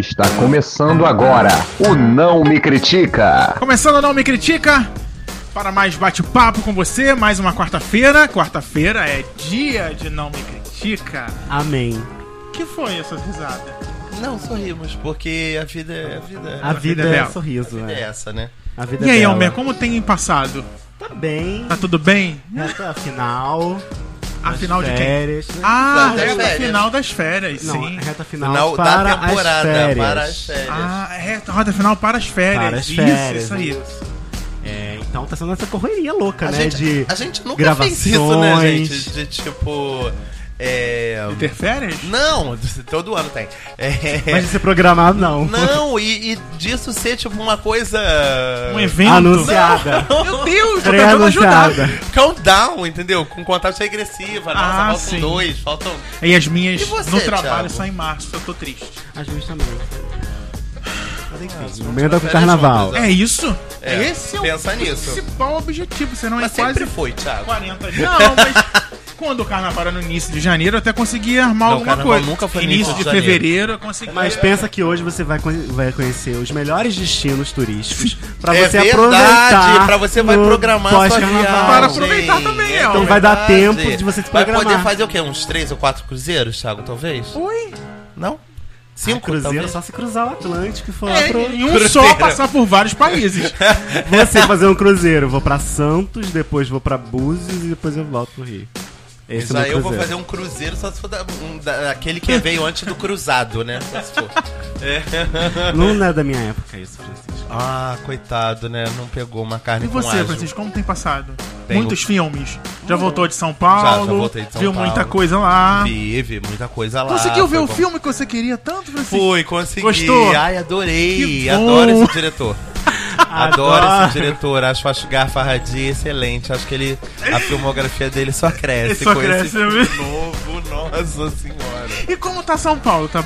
Está começando agora o Não Me Critica. Começando o Não Me Critica, para mais bate-papo com você, mais uma quarta-feira. Quarta-feira é dia de Não Me Critica. Amém. Que foi essa risada? Não, sorrimos, porque a vida é bela. Sorriso, a vida é essa, né? A vida E é aí, bela. Almer, como tem passado? Tá bem. Tá tudo bem? Reta final. A final de quem? Férias, né? Ah, Das reta férias. final das férias, Não, sim. reta final, Final para da temporada, as férias. para as férias. Ah, reta final para as férias. Para as férias, Isso aí. Então tá sendo essa correria louca, A né? a gente nunca gravações. fez isso, né, gente? De tipo... De ter férias? Não, todo ano tem. Mas de ser programado, não. Não, e disso ser tipo uma coisa... Um evento? Anunciada. Meu Deus, tô tentando ajudar. Pré-anunciada. Countdown, entendeu? Com contagem regressiva. Nossa, Ah, faltam sim. 2, faltam... E as minhas E você, no trabalho Thiago? só em março, eu tô triste. As minhas também. Mas enfim, emenda tirar com o férias carnaval. juntas, É isso? É, esse é pensa o nisso. principal objetivo, senão Mas é quase sempre foi, Thiago. 40 dias. Não, mas quando o carnaval era no início de janeiro, eu até consegui armar Não, alguma carnaval coisa. nunca foi no início início de de janeiro. fevereiro eu consegui. Mas pensa que hoje você vai conhecer os melhores destinos turísticos pra É você verdade, aproveitar. pra você vai no programar sua pós-carnaval. viagem. Para aproveitar também, É então vai dar verdade. tempo de você se Vai programar. poder fazer o quê? Uns 3 ou 4 cruzeiros, Thiago, talvez? Oi? Não? 5 Cruzeiro talvez? só se cruzar o Atlântico e for lá pro... Em um só passar por vários países. Você fazer um cruzeiro, eu vou pra Santos, depois vou pra Búzios e depois eu volto pro Rio. Esse Isso é o aí meu eu vou cruzeiro. fazer um cruzeiro só se for aquele que veio antes do cruzado, né? Só se for. Não é da minha época isso, Francisco. Ah, coitado, né? Não pegou uma carne E com você, alho. Francisco, como tem passado? Tenho- Muitos filmes. Já voltou de São Paulo? Já voltei de São viu Paulo. muita coisa lá. Vi muita coisa lá. Conseguiu ver foi o bom. filme que você queria tanto, Francisco? Fui, consegui. Gostou? Ai, adorei. Que Adoro bom. esse diretor. Adoro esse diretor. Acho o Ashgar Farhadi excelente. Acho que ele, a filmografia dele só cresce Só com cresce, esse né? filme novo. Nossa senhora. E como tá São Paulo? Tá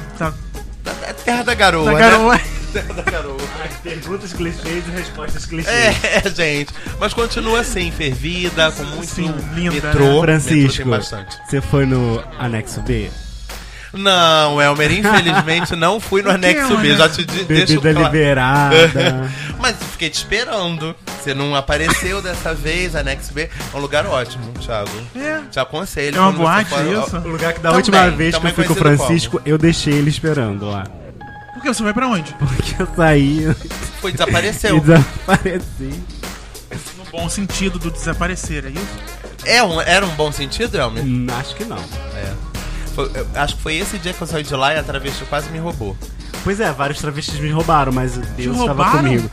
É terra da garoa, na né? garoa? Terra da garoa. Perguntas clichês e respostas clichês. É, gente. Mas continua assim, fervida, com muito Sim, linda, metrô. né? Francisco, Metrô tem bastante. você foi no Anexo B? Não, Elmer, infelizmente não fui no Por que, anexo B. Elmer? Já te deixo Bebida claro. liberada. Mas fiquei te esperando. Você não apareceu dessa vez, anexo B. É um lugar ótimo, Thiago. É. Te aconselho. É uma quando você boate, for- isso? O lugar que da Também, última vez que também eu fui com o conhecido Francisco, eu deixei ele esperando lá. Por que você vai pra onde? Porque eu saí Foi, e desapareceu. desapareci. No bom sentido do desaparecer, é isso? Era um bom sentido, Elmer? Acho que não. Acho que foi esse dia que eu saí de lá e a travesti quase me roubou. Pois é, vários travestis me roubaram, mas Deus estava roubaram? comigo.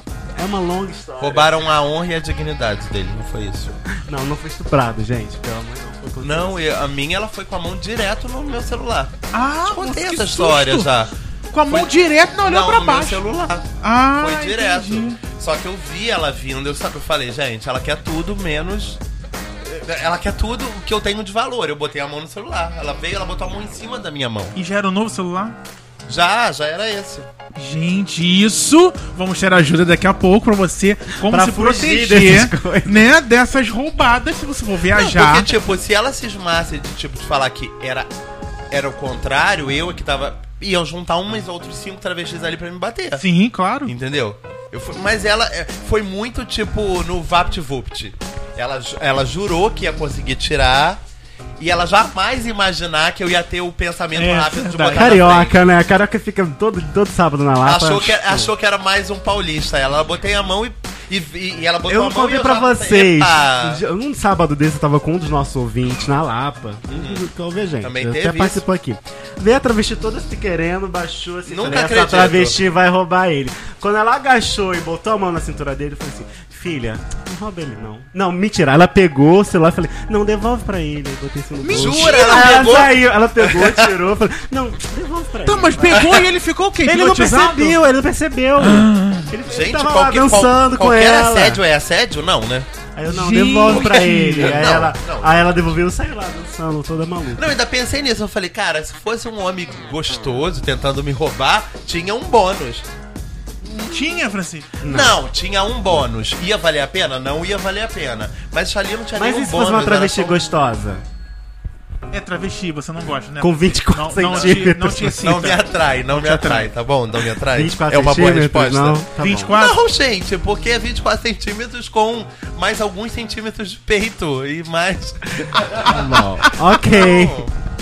É uma longa história. Roubaram a honra e a dignidade dele, não foi isso? Não foi estuprado, gente. Pelo amor de Deus, foi com Não, a minha ela foi com a mão direto no meu celular. Ah, Te contei que essa história susto. já. Com a mão direto, não olhou Não, pra no meu baixo. celular. Ah, Foi direto. entendi. Só que eu vi ela vindo, eu falei, gente, ela quer tudo menos. Ela quer tudo o que eu tenho de valor. Eu botei a mão no celular. Ela veio, ela botou a mão em cima da minha mão. E já era o novo celular? Já era esse. Gente, isso vamos ter ajuda daqui a pouco pra você como Pra se fugir proteger, dessas coisas. né, dessas roubadas se você for Não, viajar. porque, tipo, se ela cismasse de falar que era o contrário, eu que tava. Iam juntar uns outros 5 travestis ali pra me bater. Sim, claro. Entendeu? Mas ela foi muito tipo no VaptVupt. Ela jurou que ia conseguir tirar. E ela jamais imaginar que eu ia ter o pensamento É, rápido de verdade. botar na frente. Carioca, né? Carioca fica todo sábado na Lapa. Achou que era mais um paulista. Ela botei a mão e ela botou Eu a mão contei e eu pra já- vocês. Epa! Um sábado desse eu tava com um dos nossos ouvintes na Lapa. Que ouve a gente. Também Ele teve até participou aqui. Veio a travesti toda se querendo, baixou assim. Nunca falei, acredito. essa travesti vai roubar ele. Quando ela agachou e botou a mão na cintura dele, eu falei assim: filha, não rouba ele não. Não, mentira. Ela pegou o celular e falei: não, devolve pra ele. Eu botei isso no bolso. Jura? Ela Aí pegou? saiu, ela pegou, tirou. Falei: não, devolve pra Então, ele. mas pegou e ele ficou o quê? Ele não Hipnotizado? percebeu, ele não percebeu. Ele Gente, tava lá qualquer, dançando com qualquer ela. assédio é assédio? Não, né? Aí eu, não, Gente. devolve pra ele. Aí, Não. aí ela devolveu e saiu lá dançando, toda maluca. Não, ainda pensei nisso. Eu falei, cara, se fosse um homem gostoso tentando me roubar, tinha um bônus. Tinha, Francisco. Não, tinha um bônus. Ia valer a pena? Não ia valer a pena. Mas ali não tinha Mas nenhum e se bônus. fosse uma era travesti só- gostosa? É travesti, você não gosta, né? Com 24 centímetros. Não te excita. Não me atrai, não me atrai, tá bom? Não me atrai. 24 é uma boa centímetros, resposta. não? Tá 24? Não, gente, porque é 24 centímetros com mais alguns centímetros de peito e mais... bom. Ok.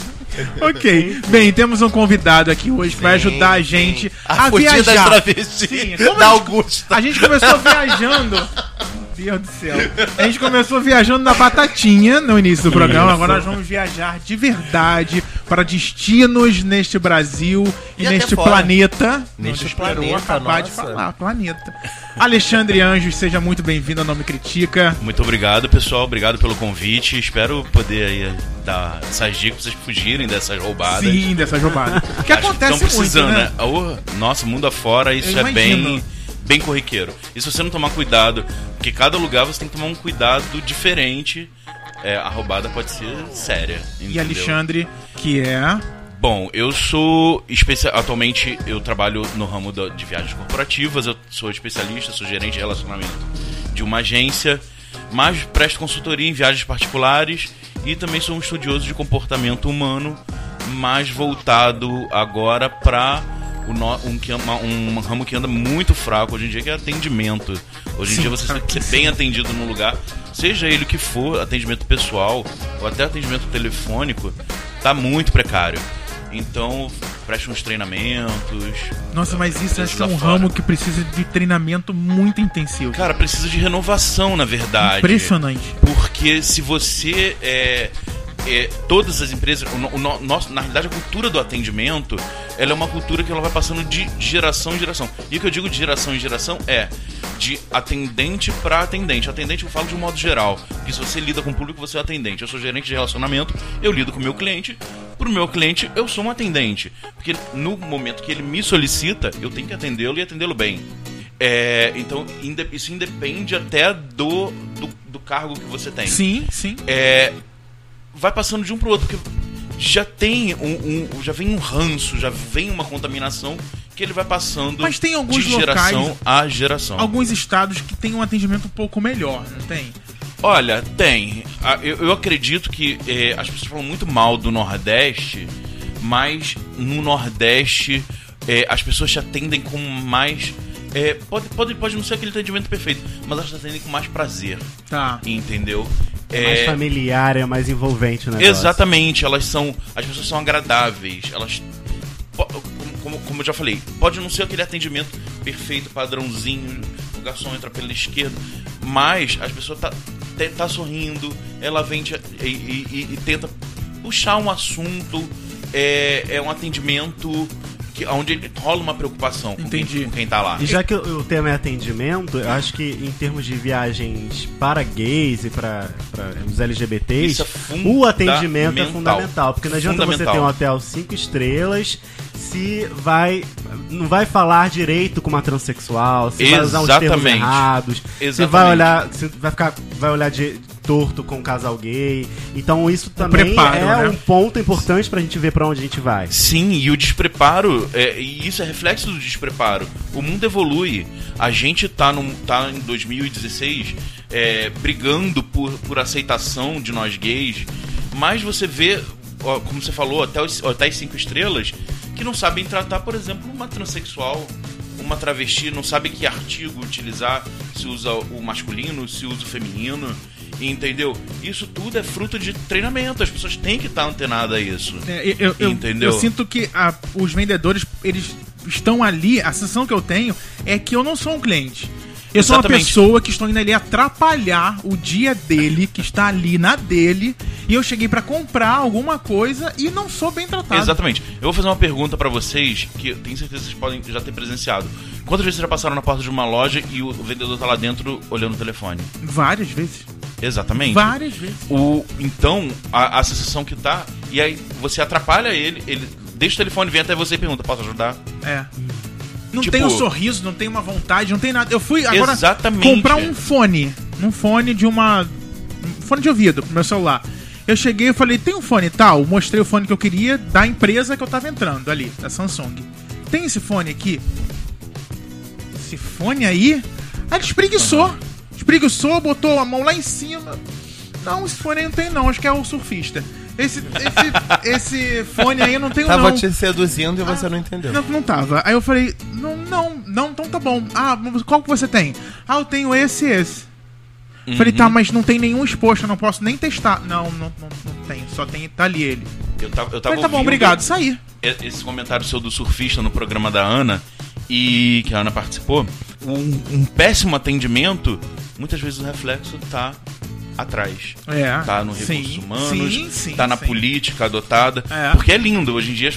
Ok. Bem, temos um convidado aqui hoje que vai ajudar a gente a fugir das viajar. travestis Sim, como da Augusta. A gente começou viajando. Deus do céu. A gente começou viajando na batatinha no início do programa. Agora nós vamos viajar de verdade para destinos neste Brasil e até neste fora. planeta. Neste Não esperou planeta, acabar de nossa. falar, planeta. Alexandre Anjos, seja muito bem-vindo ao Não Me Critica. Muito obrigado, pessoal. Obrigado pelo convite. Espero poder aí dar essas dicas pra vocês fugirem dessas roubadas. Sim, dessa jogada. Que Acho acontece que tão precisando, muito, né? Nossa, mundo afora, isso Eu é imagino. bem corriqueiro. E se você não tomar cuidado, porque cada lugar você tem que tomar um cuidado diferente, a roubada pode ser séria. E entendeu? Alexandre, que é... Bom, eu sou atualmente eu trabalho no ramo de viagens corporativas, eu sou especialista, sou gerente de relacionamento de uma agência, mas presto consultoria em viagens particulares e também sou um estudioso de comportamento humano, mais voltado agora para um ramo que anda muito fraco hoje em dia, que é atendimento. Hoje em dia você tem que ser bem atendido num lugar, seja ele o que for, atendimento pessoal ou até atendimento telefônico, tá muito precário. Então, preste uns treinamentos. Nossa, mas isso acho que é um afora. ramo que precisa de treinamento muito intensivo. Cara, precisa de renovação, na verdade. Impressionante. Porque se você todas as empresas, na realidade a cultura do atendimento, ela é uma cultura que ela vai passando de geração em geração. E o que eu digo de geração em geração é de atendente para atendente. Atendente eu falo de um modo geral, porque se você lida com o público, você é atendente. Eu sou gerente de relacionamento, eu lido com o meu cliente. Pro meu cliente, eu sou um atendente. Porque no momento que ele me solicita, eu tenho que atendê-lo e atendê-lo bem. Então, isso independe até do cargo que você tem. Sim, sim. Vai passando de um pro outro, porque já tem já vem um ranço, já vem uma contaminação que ele vai passando. Mas tem alguns de geração locais, a geração. alguns estados que tem um atendimento um pouco melhor, não tem? Olha, tem. Eu acredito que as pessoas falam muito mal do Nordeste, mas no Nordeste as pessoas te atendem com mais... Pode não ser aquele atendimento perfeito, mas elas te atendem com mais prazer. Tá. Entendeu? Mais familiar, é mais envolvente o negócio. Exatamente, as pessoas são agradáveis, elas, como eu já falei, pode não ser aquele atendimento perfeito, padrãozinho, o garçom entra pela esquerda, mas as pessoas tá sorrindo, ela vem e tenta puxar um assunto, é um atendimento onde rola uma preocupação com quem tá lá. E já que o tema é atendimento, eu acho que em termos de viagens para gays e para os LGBTs, o atendimento é fundamental. Porque não adianta você ter um hotel 5 estrelas se não vai falar direito com uma transexual, se vai usar os termos errados, se vai olhar de torto com um casal gay. Então isso também um ponto importante pra gente ver pra onde a gente vai. Sim, e o despreparo, e isso é reflexo do despreparo. O mundo evolui. A gente tá em 2016 brigando por aceitação de nós gays, mas você vê, como você falou, hotéis 5 estrelas que não sabem tratar, por exemplo, uma transexual, uma travesti, não sabe que artigo utilizar, se usa o masculino, se usa o feminino. Entendeu? Isso tudo é fruto de treinamento. As pessoas têm que estar antenadas a isso. Entendeu? Eu sinto que os vendedores, eles estão ali. A sensação que eu tenho é que eu não sou um cliente. Eu sou uma pessoa que estou indo ali atrapalhar o dia dele, que está ali na dele, e eu cheguei pra comprar alguma coisa e não sou bem tratado. Exatamente. Eu vou fazer uma pergunta pra vocês, que eu tenho certeza que vocês podem já ter presenciado. Quantas vezes vocês já passaram na porta de uma loja e o vendedor tá lá dentro olhando o telefone? Várias vezes. Exatamente. Várias vezes. Então, a sensação que dá, e aí você atrapalha ele deixa o telefone, vem até você e pergunta, posso ajudar? Não tem um sorriso, não tem uma vontade, não tem nada. Eu fui agora comprar um fone de ouvido pro meu celular. Eu cheguei e falei, tem um fone tal? Mostrei o fone que eu queria da empresa que eu tava entrando ali, da Samsung. Tem esse fone aqui? Esse fone aí? Aí ele espreguiçou. Espreguiçou, botou a mão lá em cima. Não, esse fone aí não tem não, acho que é o surfista. esse fone aí eu não tenho Tava não. te seduzindo e você não entendeu. Não tava. Aí eu falei, não, então tá bom. Qual que você tem? Eu tenho esse e esse. Falei, tá, mas não tem nenhum exposto, eu não posso nem testar. Não tem, só tá ali ele. Eu tava falei, tá bom, obrigado, saí. Esse comentário seu do surfista no programa da Ana, e que a Ana participou, um péssimo atendimento, muitas vezes o reflexo tá atrás. Tá no recursos humanos, tá na política adotada. Porque é lindo, hoje em dia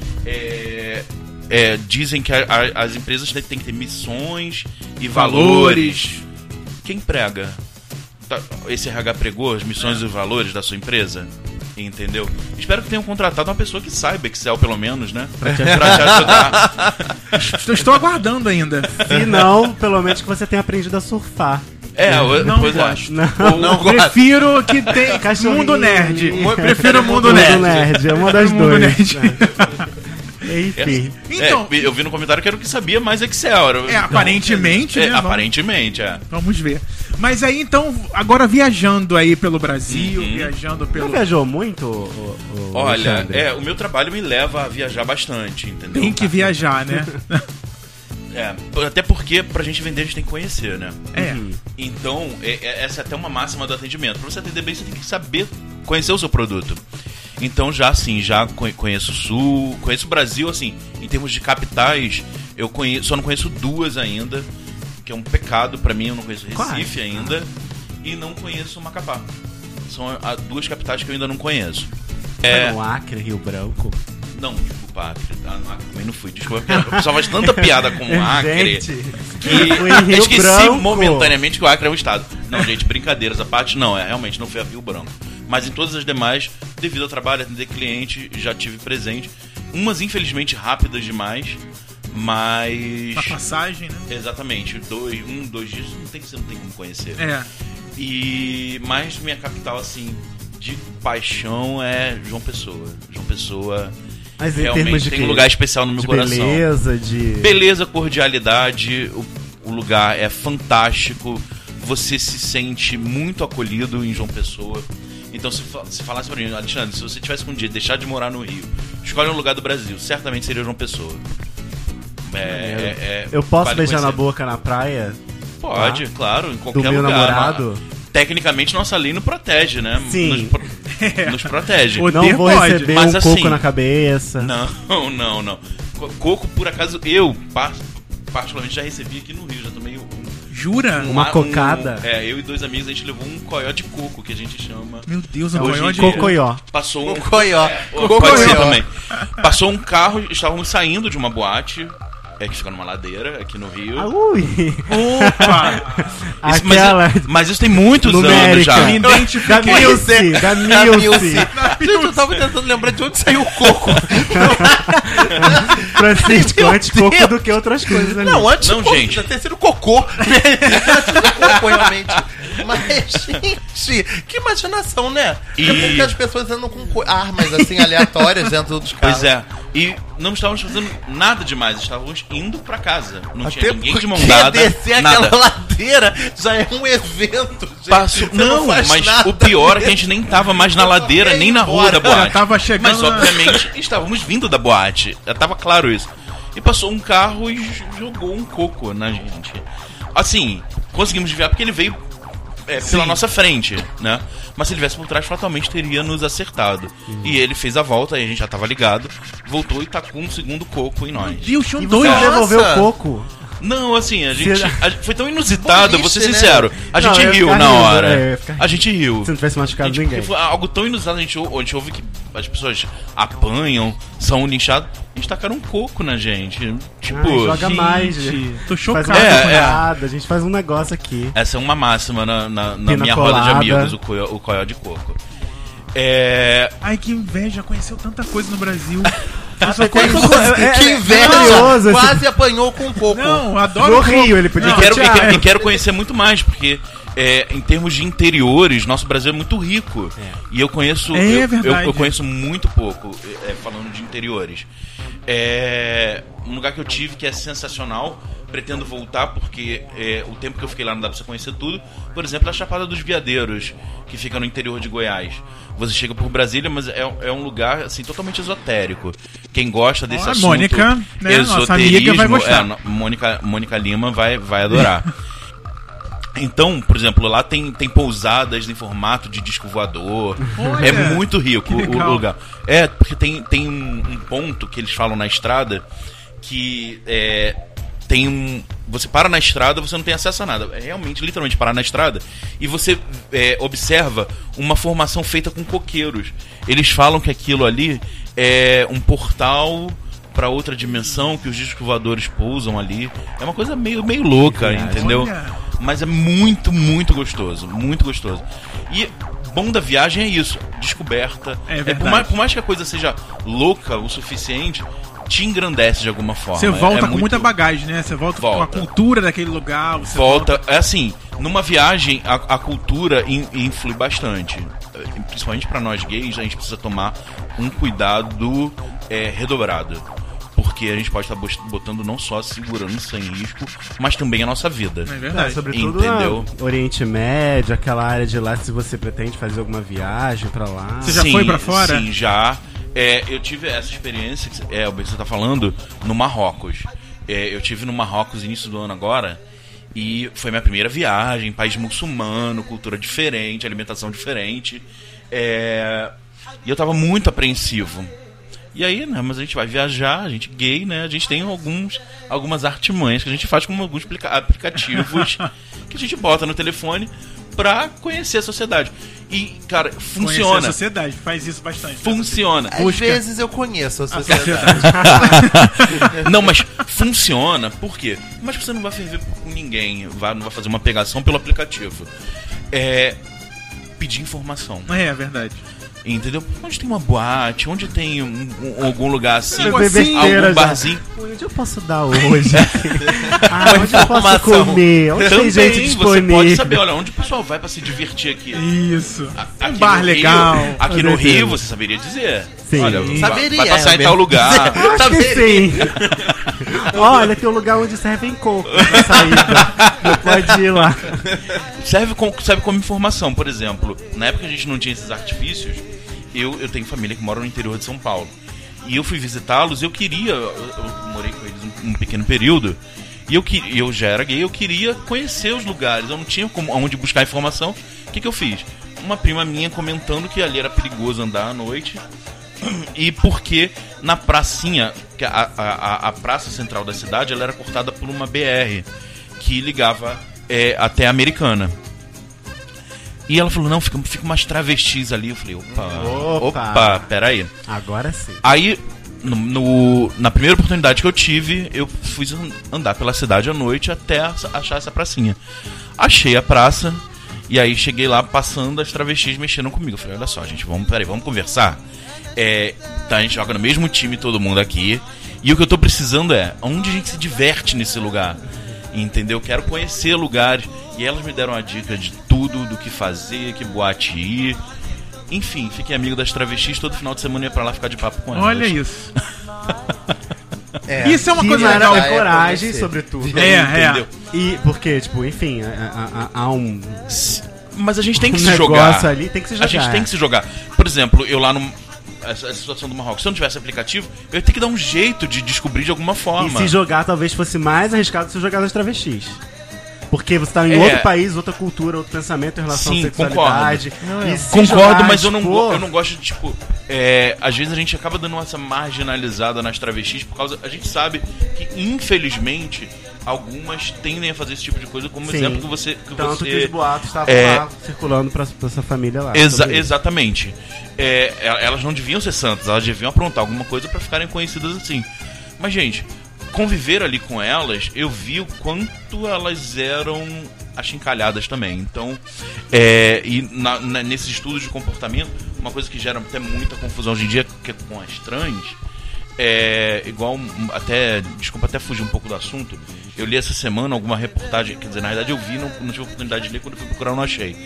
dizem que as empresas têm que ter missões e valores. Quem prega? Esse RH pregou as missões e os valores da sua empresa? Entendeu? Espero que tenham contratado uma pessoa que saiba Excel, pelo menos, né? Pra te ajudar. Estou aguardando ainda. Se não, pelo menos que você tenha aprendido a surfar. Não gosto. Não prefiro que tenha Mundo Nerd. Prefiro Mundo Nerd. Mundo Nerd, é uma das duas. Enfim. Então, eu vi no comentário que era o que sabia mais Excel. Aparentemente, né? Aparentemente, Vamos ver. Mas aí, então, agora viajando aí pelo Brasil, viajando pelo... Você viajou muito, Olha, o meu trabalho me leva a viajar bastante, entendeu? Tem que viajar, né? Até porque pra gente vender a gente tem que conhecer, né? Então, essa é até uma máxima do atendimento. Pra você atender bem, você tem que saber conhecer o seu produto. Então já conheço o Sul, conheço o Brasil, assim, em termos de capitais, só não conheço duas ainda, que é um pecado pra mim, eu não conheço Recife ainda, e não conheço Macapá. São as duas capitais que eu ainda não conheço. No Acre, Rio Branco? Não, desculpa, Acre. No Acre também não fui, desculpa. O pessoal faz tanta piada com o Acre que eu esqueci momentaneamente que o Acre é um estado. Não, gente, brincadeiras à parte, não, realmente não fui a Rio Branco. Mas em todas as demais, devido ao trabalho, atender cliente, já tive presente. Umas, infelizmente, rápidas demais, mas... A passagem, né? Exatamente. 2 dias você não tem como conhecer. Mas minha capital, assim, de paixão é João Pessoa. João Pessoa... Mas em termos de tem um lugar especial no meu coração. Beleza, cordialidade, o lugar é fantástico. Você se sente muito acolhido em João Pessoa. Então, se falasse pra mim, Alexandre, se você tivesse um dia de deixar de morar no Rio, escolhe um lugar do Brasil, certamente seria João Pessoa. Eu posso beijar na boca na praia? Pode, claro, em qualquer lugar. Do meu namorado? Tecnicamente, nossa lei não protege, né? Sim. Nos protege. Não vou receber um coco na cabeça. Não. Coco, por acaso, eu particularmente já recebi aqui no Rio, já tomei Jura? Uma cocada? Eu e 2 amigos, a gente levou um coió de coco, que a gente chama. Meu Deus, um coió de cocoió. Passou um cocoió. Pode ser também. Passou um carro, estávamos saindo de uma boate, que fica numa ladeira aqui no Rio. Opa! Mas isso tem muitos anos já. Me identifiquei. Da Milce. Gente, eu tava tentando lembrar de onde saiu o coco. Francisco, antes coco do que outras coisas ali. Não, antes não, coco, gente. já ter sido cocô. Antes do coco, realmente. Mas, gente, que imaginação, né? É porque as pessoas andam com armas, assim, aleatórias dentro dos carros. Pois é. E não estávamos fazendo nada demais, estávamos indo pra casa. Não até tinha ninguém de mão dada. Descer nada. Aquela ladeira já é um evento, gente. Não, mas o pior é que a gente nem tava mais na ladeira, nem na rua da boate. Tava chegando mas, obviamente, estávamos vindo da boate. Já tava claro isso. E passou um carro e jogou um coco na gente. Assim, conseguimos desviar porque ele veio pela nossa frente, né? Mas se ele viesse por trás, fatalmente teria nos acertado. E ele fez a volta, aí a gente já tava ligado, voltou e tacou um segundo coco em nós. Deus, tinha e você devolveu o coco? Não, assim, a gente foi tão inusitado, vou ser sincero. A gente riu na hora. A gente riu. Se não tivesse machucado ninguém. Foi algo tão inusitado, a gente ouve que as pessoas apanham, são linchadas. A gente tacaram um coco na gente. Tipo, joga mais. Tô chocado. A gente faz um negócio aqui. Essa é uma máxima na minha roda de amigos, o coió de coco. Ai, que inveja, conheceu tanta coisa no Brasil. Que inveja! Quase apanhou com um coco. Não, adoro no Rio, ele podia. E quero conhecer muito mais, porque em termos de interiores, nosso Brasil é muito rico. E eu conheço. Eu conheço muito pouco, falando de interiores. Um lugar que eu tive que é sensacional pretendo voltar porque o tempo que eu fiquei lá não dá pra você conhecer tudo. Por exemplo, a Chapada dos Veadeiros, que fica no interior de Goiás. Você chega por Brasília, mas é um lugar assim, totalmente esotérico. Quem gosta desse assunto, Mônica, né, nossa amiga, vai gostar. Mônica Lima vai adorar. Então, por exemplo, lá tem pousadas em formato de disco voador. Olha, é muito rico o lugar. Porque tem um ponto que eles falam na estrada que você para na estrada, você não tem acesso a nada. É realmente, literalmente, parar na estrada e você observa uma formação feita com coqueiros. Eles falam que aquilo ali é um portal para outra dimensão, que os discos voadores pousam ali. É uma coisa meio louca, entendeu? Olha. Mas é muito, muito gostoso. Muito gostoso. E bom da viagem é isso. Descoberta. Por mais que a coisa seja louca o suficiente, te engrandece de alguma forma. Você volta com muita bagagem, né? Você volta com a cultura daquele lugar. Você volta. É assim, numa viagem a cultura influi bastante. Principalmente pra nós gays, a gente precisa tomar um cuidado redobrado. Porque a gente pode estar botando não só a segurança em risco, mas também a nossa vida. É verdade. Sobretudo no Oriente Médio, aquela área de lá, se você pretende fazer alguma viagem pra lá. Você já foi pra fora? Sim, já. Eu tive essa experiência, o que você tá falando, no Marrocos. Eu tive no Marrocos início do ano agora, e foi minha primeira viagem, país muçulmano, cultura diferente, alimentação diferente. E eu tava muito apreensivo. E aí, né, mas a gente vai viajar, a gente gay, né, a gente tem algumas artimanhas que a gente faz com alguns aplicativos que a gente bota no telefone pra conhecer a sociedade. E, cara, funciona. Conhecer a sociedade, faz isso bastante. Funciona. Às vezes eu conheço a sociedade. Não, mas funciona, por quê? Mas você não vai ferver com ninguém, não vai fazer uma pegação pelo aplicativo. Pedir informação. É verdade. Entendeu? Onde tem uma boate, onde tem algum lugar assim, algum barzinho. Onde eu posso dar hoje? Onde eu posso comer? Onde tem gente disponível? Você pode saber, olha, onde o pessoal vai pra se divertir aqui. Isso. Um bar legal. Aqui no Rio, você saberia dizer. Sim. Olha, Saberia, vai passar em tal lugar. Acho que sim. Olha, tem um lugar onde servem coco na saída. Pode ir lá. Serve como informação, por exemplo. Na época a gente não tinha esses artifícios. Eu tenho família que mora no interior de São Paulo. E eu fui visitá-los. Eu morei com eles um pequeno período. E eu já era gay. Eu queria conhecer os lugares. Eu não tinha onde buscar informação. O que eu fiz? Uma prima minha comentando que ali era perigoso andar à noite. E porque na pracinha, que a praça central da cidade, ela era cortada por uma BR que ligava até a Americana. E ela falou, não, fica umas travestis ali. Eu falei, opa, peraí. Agora sim. Aí, na primeira oportunidade que eu tive, eu fui andar pela cidade à noite até achar essa pracinha. Achei a praça, e aí cheguei lá, passando, as travestis mexendo comigo. Eu falei, olha só, gente, vamos conversar. A gente joga no mesmo time, todo mundo aqui. E o que eu tô precisando onde a gente se diverte nesse lugar. Entendeu? Quero conhecer lugares. E elas me deram a dica de tudo, do que fazer, que boate ir. Enfim, fiquei amigo das travestis. Todo final de semana eu ia pra lá ficar de papo com elas. Olha isso. Isso é uma coisa legal. É coragem, sobretudo. Entendeu? E porque, tipo, enfim, há um... Mas a gente tem que se jogar. Ali, tem que se jogar. A gente tem que se jogar. Por exemplo, eu lá essa situação do Marrocos, se eu não tivesse aplicativo, eu ia ter que dar um jeito de descobrir de alguma forma. E se jogar talvez fosse mais arriscado se jogar nas travestis. Porque você tá em outro país, outra cultura, outro pensamento em relação à sexualidade. Concordo, mas eu não gosto de, tipo... às vezes a gente acaba dando essa marginalizada nas travestis por causa... A gente sabe que, infelizmente, algumas tendem a fazer esse tipo de coisa, como exemplo que você... Tanto que os boatos estavam lá circulando pra essa família lá. Exatamente. Elas não deviam ser santas, elas deviam aprontar alguma coisa pra ficarem conhecidas assim. Mas, gente... Conviver ali com elas, eu vi o quanto elas eram achincalhadas também. Então, nesses estudos de comportamento, uma coisa que gera até muita confusão hoje em dia, que é com as trans, igual, desculpa até fugir um pouco do assunto, eu li essa semana alguma reportagem, quer dizer, na verdade eu vi, não tive oportunidade de ler, quando eu fui procurar eu não achei,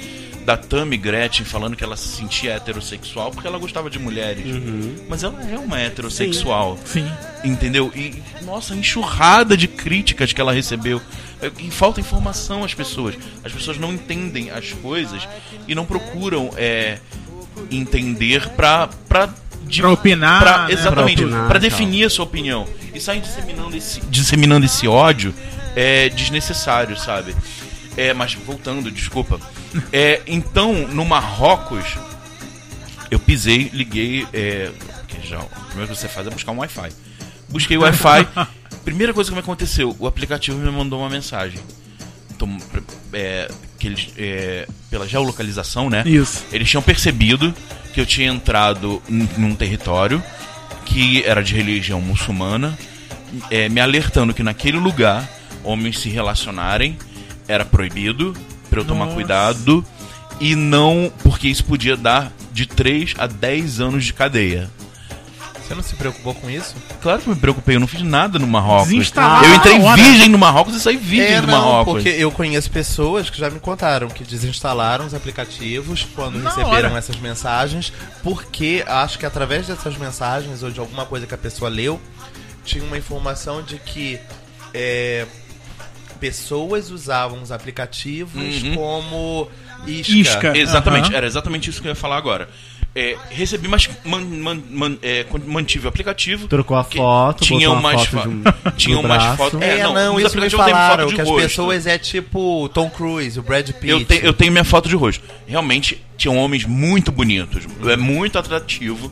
da Tammy Gretchen falando que ela se sentia heterossexual porque ela gostava de mulheres. Mas ela é uma heterossexual. Sim. Entendeu? E, nossa, enxurrada de críticas que ela recebeu. E falta informação às pessoas. As pessoas não entendem as coisas e não procuram entender pra opinar, exatamente, né? pra definir a sua opinião. E saem disseminando esse ódio desnecessário, sabe? Mas voltando, desculpa. Então, no Marrocos, eu pisei, liguei. Que já, a primeira coisa que você faz é buscar um Wi-Fi. Busquei o Wi-Fi. Primeira coisa que me aconteceu, o aplicativo me mandou uma mensagem. Então, que eles, pela geolocalização, né? Isso. Eles tinham percebido que eu tinha entrado num território que era de religião muçulmana, me alertando que naquele lugar homens se relacionarem era proibido, pra eu tomar cuidado, e não, porque isso podia dar de 3 a 10 anos de cadeia. Você não se preocupou com isso? Claro que me preocupei, eu não fiz nada no Marrocos. Desinstalar Eu entrei na hora. virgem no Marrocos e saí virgem do Marrocos. Porque eu conheço pessoas que já me contaram que desinstalaram os aplicativos quando Na receberam hora. essas mensagens, porque acho que através dessas mensagens ou de alguma coisa que a pessoa leu, tinha uma informação de que pessoas usavam os aplicativos como isca. Exatamente, era exatamente isso que eu ia falar agora. Recebi, mas mantive o aplicativo. Trocou a foto, tinham botou uma mais foto tinham no mais braço. fotos. Não, isso me eu tenho foto falaram, de que as rosto. pessoas tipo Tom Cruise, o Brad Pitt. Eu tenho minha foto de rosto. Realmente, tinham homens muito bonitos. Muito atrativo.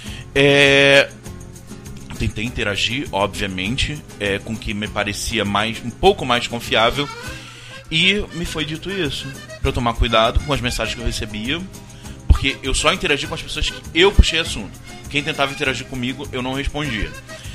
Tentei interagir, obviamente, com o que me parecia um pouco mais confiável. E me foi dito isso. Pra eu tomar cuidado com as mensagens que eu recebia. Porque eu só interagi com as pessoas que eu puxei assunto. Quem tentava interagir comigo, eu não respondia.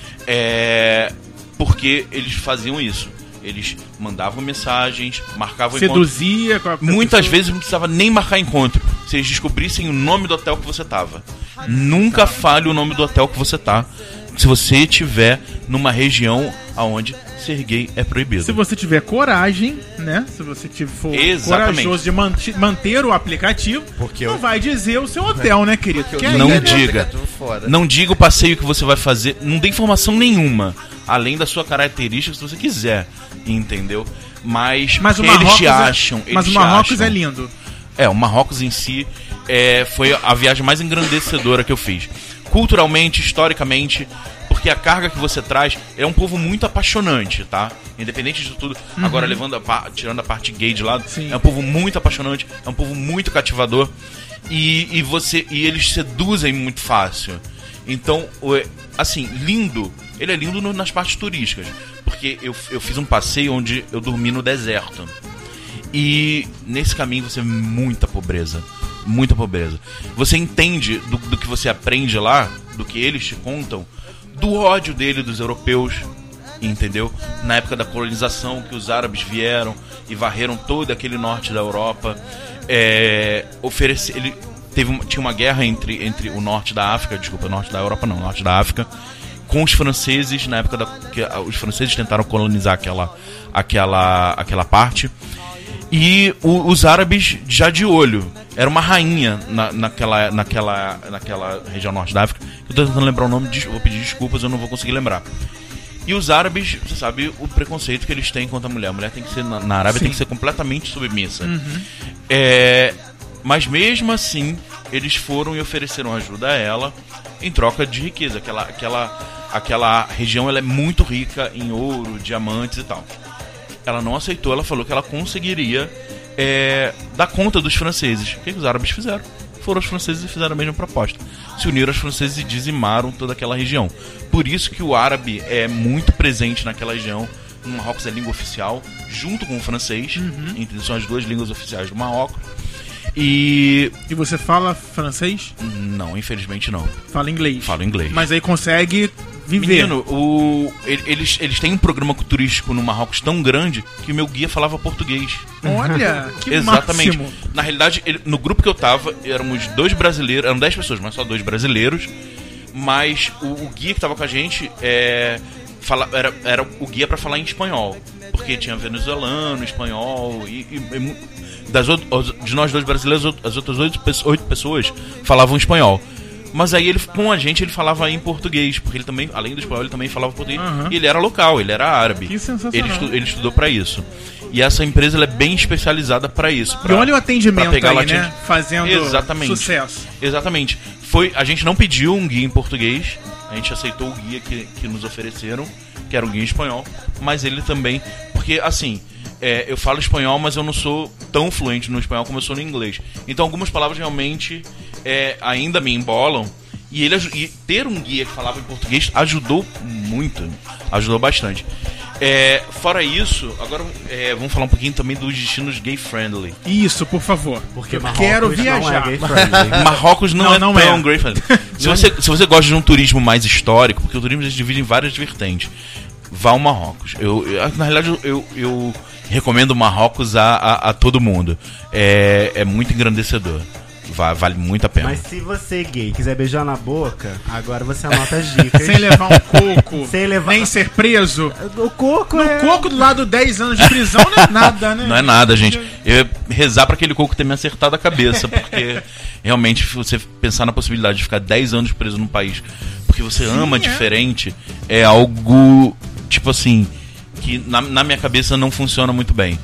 Porque eles faziam isso. Eles mandavam mensagens, marcavam seduzia encontro. Com a Muitas pessoa. vezes não precisava nem marcar encontro. Se eles descobrissem o nome do hotel que você tava. Nunca fale o nome do hotel que você tá. Se você estiver numa região onde ser gay é proibido. Se você tiver coragem, né? Se você for Exatamente. corajoso de manter o aplicativo, Porque não vai dizer o seu hotel, né, querido? Porque Que não aí, né? diga. Não diga o passeio que você vai fazer. Não dê informação nenhuma. Além da sua característica, se você quiser. Entendeu? Mas o eles Marrocos te acham. Mas o Marrocos é lindo. O Marrocos em si foi a viagem mais engrandecedora que eu fiz. Culturalmente, historicamente, porque a carga que você traz é um povo muito apaixonante, tá? Independente de tudo. Agora, tirando a parte gay de lado, Sim. é um povo muito apaixonante, é um povo muito cativador. E eles seduzem muito fácil. Então, assim, lindo. Ele é lindo nas partes turísticas. Porque eu fiz um passeio onde eu dormi no deserto. E nesse caminho você vê muita pobreza. Muita pobreza. Você entende do que você aprende lá, do que eles te contam, do ódio dele dos europeus, entendeu? Na época da colonização, que os árabes vieram e varreram todo aquele norte da Europa. Tinha uma guerra entre o norte da África, desculpa, norte da Europa não, norte da África, com os franceses, na época que os franceses tentaram colonizar aquela parte. E os árabes já de olho. Era uma rainha naquela região norte da África. Eu tô tentando lembrar o nome, vou pedir desculpas, eu não vou conseguir lembrar. E os árabes, você sabe o preconceito que eles têm contra a mulher. A mulher tem que ser, na Arábia, tem que ser completamente submissa. Mas mesmo assim, eles foram e ofereceram ajuda a ela em troca de riqueza. Aquela região ela é muito rica em ouro, diamantes e tal. Ela não aceitou, ela falou que ela conseguiria dar conta dos franceses. O que os árabes fizeram? Foram os franceses e fizeram a mesma proposta. Se uniram aos franceses e dizimaram toda aquela região. Por isso que o árabe é muito presente naquela região. O Marrocos é língua oficial, junto com o francês. São as duas línguas oficiais do Marrocos. E você fala francês? Não, infelizmente não. Fala inglês? Falo inglês. Mas aí consegue viver. Menino, eles têm um programa turístico no Marrocos tão grande que o meu guia falava português. Olha, que exatamente. máximo. Na realidade, no grupo que eu tava, éramos 2 brasileiros, eram 10 pessoas, mas só 2 brasileiros. Mas o guia que tava com a gente era o guia pra falar em espanhol. Porque tinha venezuelano, espanhol de nós dois brasileiros, as outras 8 pessoas falavam espanhol. Mas aí com a gente ele falava em português, porque ele também, além do espanhol, ele também falava português. E ele era local, ele era árabe. Que sensacional. Ele estudou pra isso. E essa empresa ela é bem especializada pra isso. E olha o atendimento aí, né? Fazendo sucesso. Exatamente. A gente não pediu um guia em português, a gente aceitou o guia que nos ofereceram, que era um guia em espanhol, mas ele também... Porque, assim, eu falo espanhol, mas eu não sou tão fluente no espanhol como eu sou no inglês. Então, algumas palavras realmente ainda me embolam. E ter um guia que falava em português ajudou muito. Ajudou bastante. Fora isso, agora vamos falar um pouquinho também dos destinos gay-friendly. Isso, por favor. Porque eu quero viajar. Marrocos não é tão gay-friendly. Se você gosta de um turismo mais histórico, porque o turismo se divide em várias vertentes, vá ao Marrocos. Na realidade, eu recomendo Marrocos a todo mundo. É muito engrandecedor. Vale muito a pena. Mas se você gay quiser beijar na boca, agora você anota as dicas. Sem levar um coco, nem ser preso. O coco no coco do lado 10 anos de prisão não é nada, né? Não é nada, gente. Eu ia rezar pra aquele coco ter me acertado a cabeça, porque realmente você pensar na possibilidade de ficar 10 anos preso num país porque você ama diferente é algo, tipo assim, que na minha cabeça não funciona muito bem.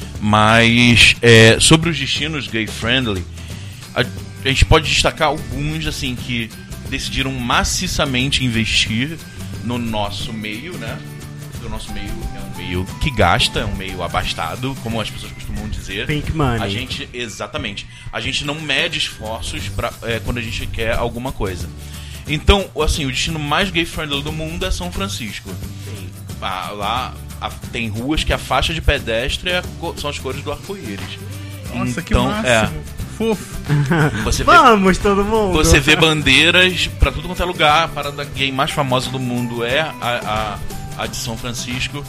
Mas sobre os destinos gay-friendly, a gente pode destacar alguns assim que decidiram maciçamente investir no nosso meio, né? O nosso meio é um meio que gasta, é um meio abastado, como as pessoas costumam dizer. Pink money. Exatamente. A gente não mede esforços quando a gente quer alguma coisa. Então, assim, o destino mais gay-friendly do mundo é São Francisco. Sim. Lá tem ruas que a faixa de pedestre são as cores do arco-íris. Nossa, então, que máximo. Fofo. Vamos, todo mundo. Você vê bandeiras pra tudo quanto é lugar. A parada gay mais famosa do mundo é a de São Francisco.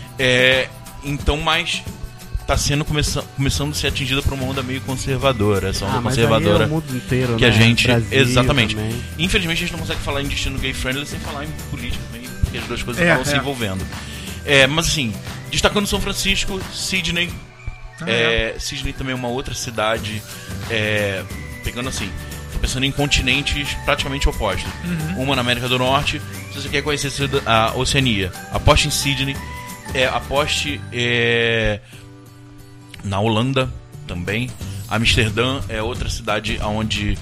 Então, mas tá começando a ser atingida por uma onda meio conservadora. Essa onda conservadora é o mundo inteiro, que a gente... Brasil exatamente. Também. Infelizmente, a gente não consegue falar em destino gay-friendly sem falar em política também, porque as duas coisas acabam se envolvendo. Mas assim, destacando São Francisco, Sydney... Sydney também é uma outra cidade, pegando assim, tô pensando em continentes praticamente opostos. Uma na América do Norte. Se você quer conhecer a Oceania, aposte em Sydney. Aposte na Holanda também. Amsterdã é outra cidade onde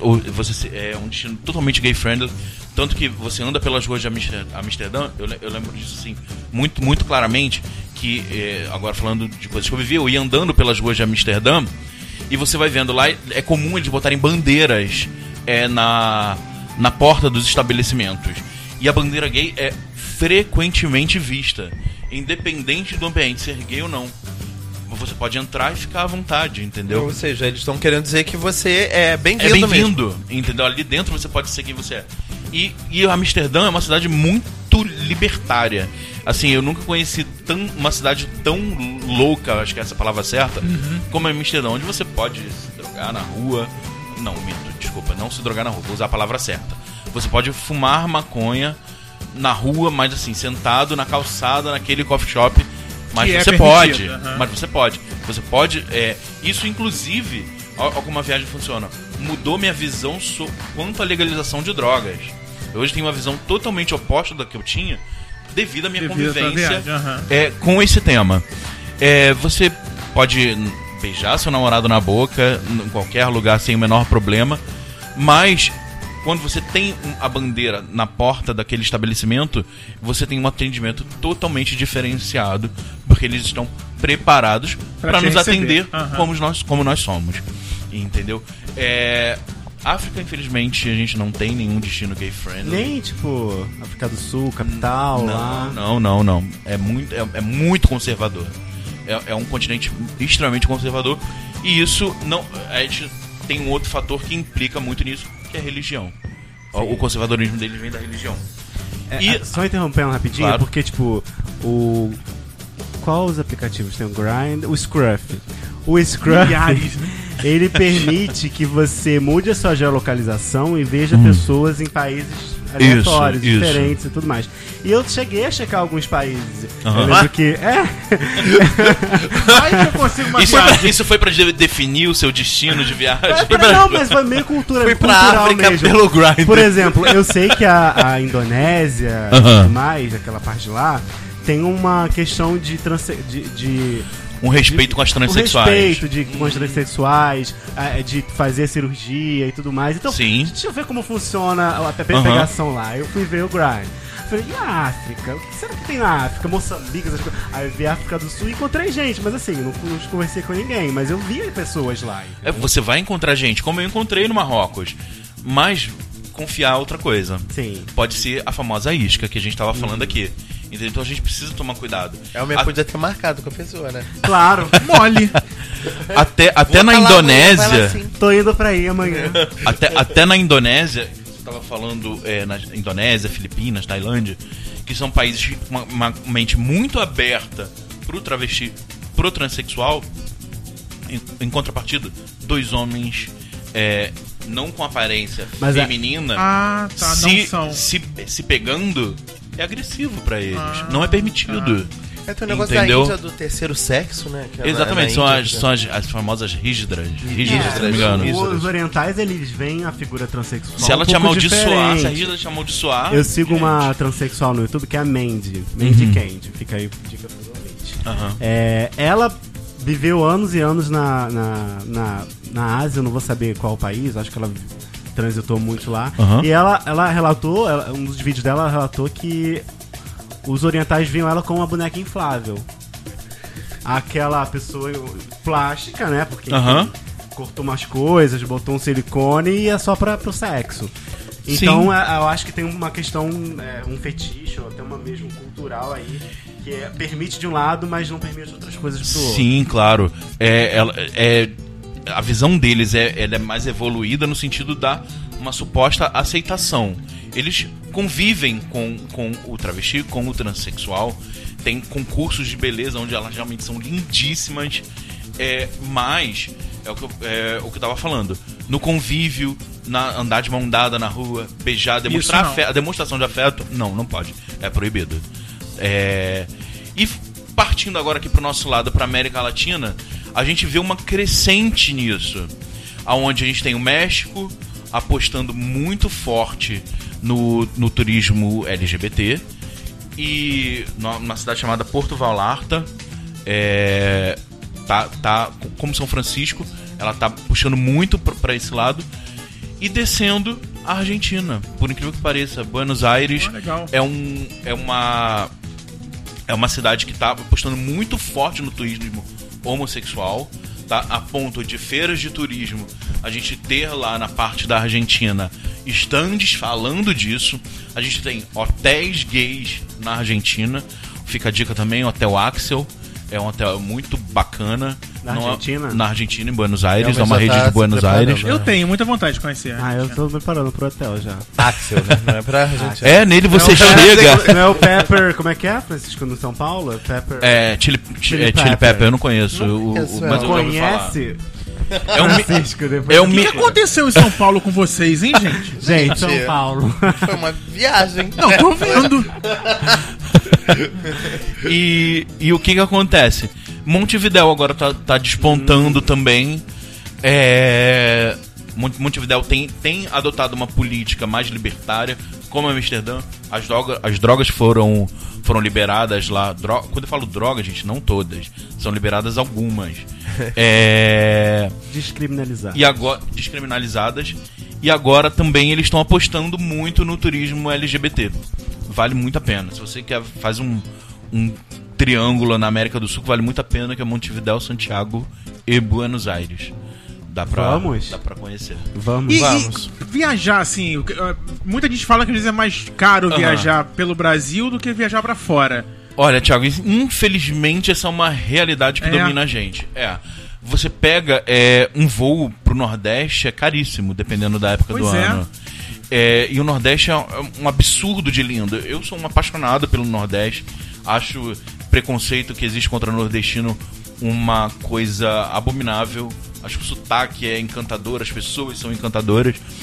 é um destino totalmente gay-friendly. Tanto que você anda pelas ruas de Amsterdã, eu lembro disso assim, muito, muito claramente, que, agora falando de coisas que eu vivi, eu ia andando pelas ruas de Amsterdã, e você vai vendo lá, é comum eles botarem bandeiras na porta dos estabelecimentos. E a bandeira gay é frequentemente vista, independente do ambiente ser gay ou não. Você pode entrar e ficar à vontade, entendeu? Ou seja, eles estão querendo dizer que você é bem-vindo mesmo. É bem-vindo, entendeu? Ali dentro você pode ser quem você é. E Amsterdã é uma cidade muito libertária. Assim, eu nunca conheci uma cidade tão louca, acho que é essa a palavra certa, como Amsterdã, onde você pode se drogar na rua. Não, desculpa, não se drogar na rua, vou usar a palavra certa. Você pode fumar maconha na rua, mas assim, sentado na calçada, naquele coffee shop. Mas você pode. Mas você pode. Você pode. Isso, inclusive, olha como a viagem funciona. Mudou minha visão quanto à legalização de drogas. Eu hoje tenho uma visão totalmente oposta da que eu tinha devido à minha convivência com esse tema. Você pode beijar seu namorado na boca em qualquer lugar sem o menor problema, mas quando você tem a bandeira na porta daquele estabelecimento, você tem um atendimento totalmente diferenciado, porque eles estão preparados para nos atender como nós somos. Entendeu? África, infelizmente, a gente não tem nenhum destino gay-friendly. Nem, tipo, África do Sul, capital, lá. Não. É muito conservador. É um continente extremamente conservador. E isso não... A gente tem um outro fator que implica muito nisso, que é a religião. Sim. O conservadorismo deles vem da religião. Só interrompendo rapidinho, claro. Porque, tipo, qual os aplicativos? Tem o Grindr, o Scruff. O Scruff, ele permite que você mude a sua geolocalização e veja pessoas em países aleatórios, diferentes e tudo mais. E eu cheguei a checar alguns países. Eu lembro que... Aí eu consigo isso foi pra definir o seu destino de viagem? Não, mas foi meio cultural mesmo. Pelo Grindr. Por exemplo, eu sei que a Indonésia e mais, aquela parte de lá, tem uma questão de um respeito com as transexuais. Um respeito com as transexuais, de fazer cirurgia e tudo mais. Então, deixa eu ver como funciona a pegação lá. Eu fui ver o Grindr. Falei, e a África? O que será que tem na África? Moçambique, essas coisas. Aí eu vi a África do Sul e encontrei gente, mas assim, não conversei com ninguém, mas eu vi pessoas lá. Você vai encontrar gente, como eu encontrei no Marrocos, mas confiar é outra coisa. Sim. Pode ser a famosa isca que a gente tava falando aqui. Então a gente precisa tomar cuidado. É o meu podia ter marcado com a pessoa, né? Claro, mole. Até na Indonésia. Assim. Tô indo pra aí amanhã. Até na Indonésia, você tava falando na Indonésia, Filipinas, Tailândia, que são países com uma mente muito aberta pro travesti, pro transexual. Em contrapartida, 2 homens não com aparência feminina se pegando. É agressivo pra eles. Não é permitido. Tem um negócio da Índia do terceiro sexo, né? Que exatamente, são as famosas rígidas, se não me engano. Os orientais, eles veem a figura transexual. Se ela te amaldiçoar, se a rígida te amaldiçoar... Eu sigo uma transexual no YouTube que é a Mandy Candy. Fica aí, dica pro ouvinte. Ela viveu anos e anos na Ásia, eu não vou saber qual país, acho que ela transitou muito lá. E ela relatou, um dos vídeos dela, ela relatou que os orientais viam ela como uma boneca inflável. Aquela pessoa plástica, né? Porque cortou umas coisas, botou um silicone e é só pro sexo. Então eu acho que tem uma questão, um fetiche, ou até uma mesmo cultural aí, que permite de um lado, mas não permite outras coisas pro outro. Sim, claro. A visão deles ela é mais evoluída no sentido da uma suposta aceitação. Eles convivem com o travesti, com o transexual. Tem concursos de beleza onde elas realmente são lindíssimas. Mas é o que eu tava falando. No convívio, andar de mão dada na rua, beijar, demonstrar afeto, a demonstração de afeto, não pode. É proibido. E partindo agora aqui pro nosso lado, pra América Latina, a gente vê uma crescente nisso, aonde a gente tem o México apostando muito forte no turismo LGBT, e numa cidade chamada Porto Vallarta, como São Francisco, ela tá puxando muito para esse lado, e descendo a Argentina, por incrível que pareça. Buenos Aires é uma cidade que tá apostando muito forte no turismo homossexual, tá? A ponto de feiras de turismo a gente ter lá na parte da Argentina estandes falando disso. A gente tem hotéis gays na Argentina. Fica a dica também, o Hotel Axel. É um hotel muito bacana. Na Argentina? Na Argentina, em Buenos Aires. É uma rede de Buenos Aires. Eu tenho muita vontade de conhecer. Eu tô preparando pro hotel já. Axel, né? Não é pra Argentina. Nele você chega... Não é o Pepper... Como é que é, Francisco, no São Paulo? Pepper... Chili Pepper, eu não conheço. Mas eu conhece? O que aconteceu em São Paulo com vocês, hein, gente? Gente, São Paulo. Foi uma viagem. Não, tô vendo. E o que acontece? Montevidéu agora tá despontando também. Montevidéu tem adotado uma política mais libertária, como Amsterdã. As drogas foram liberadas lá. Quando eu falo droga, gente, não todas. São liberadas algumas. Descriminalizadas. E agora também eles estão apostando muito no turismo LGBT. Vale muito a pena. Se você quer fazer um triângulo na América do Sul, vale muito a pena, que é Montevidéu, Santiago e Buenos Aires. Dá pra conhecer. Vamos. E viajar, assim, muita gente fala que às vezes é mais caro viajar pelo Brasil do que viajar pra fora. Olha, Thiago, infelizmente essa é uma realidade que domina a gente. Você pega um voo pro Nordeste, é caríssimo, dependendo da época do ano. E o Nordeste é um absurdo de lindo. Eu sou um apaixonado pelo Nordeste. Acho preconceito que existe contra o nordestino uma coisa abominável. Acho que o sotaque é encantador, as pessoas são encantadoras.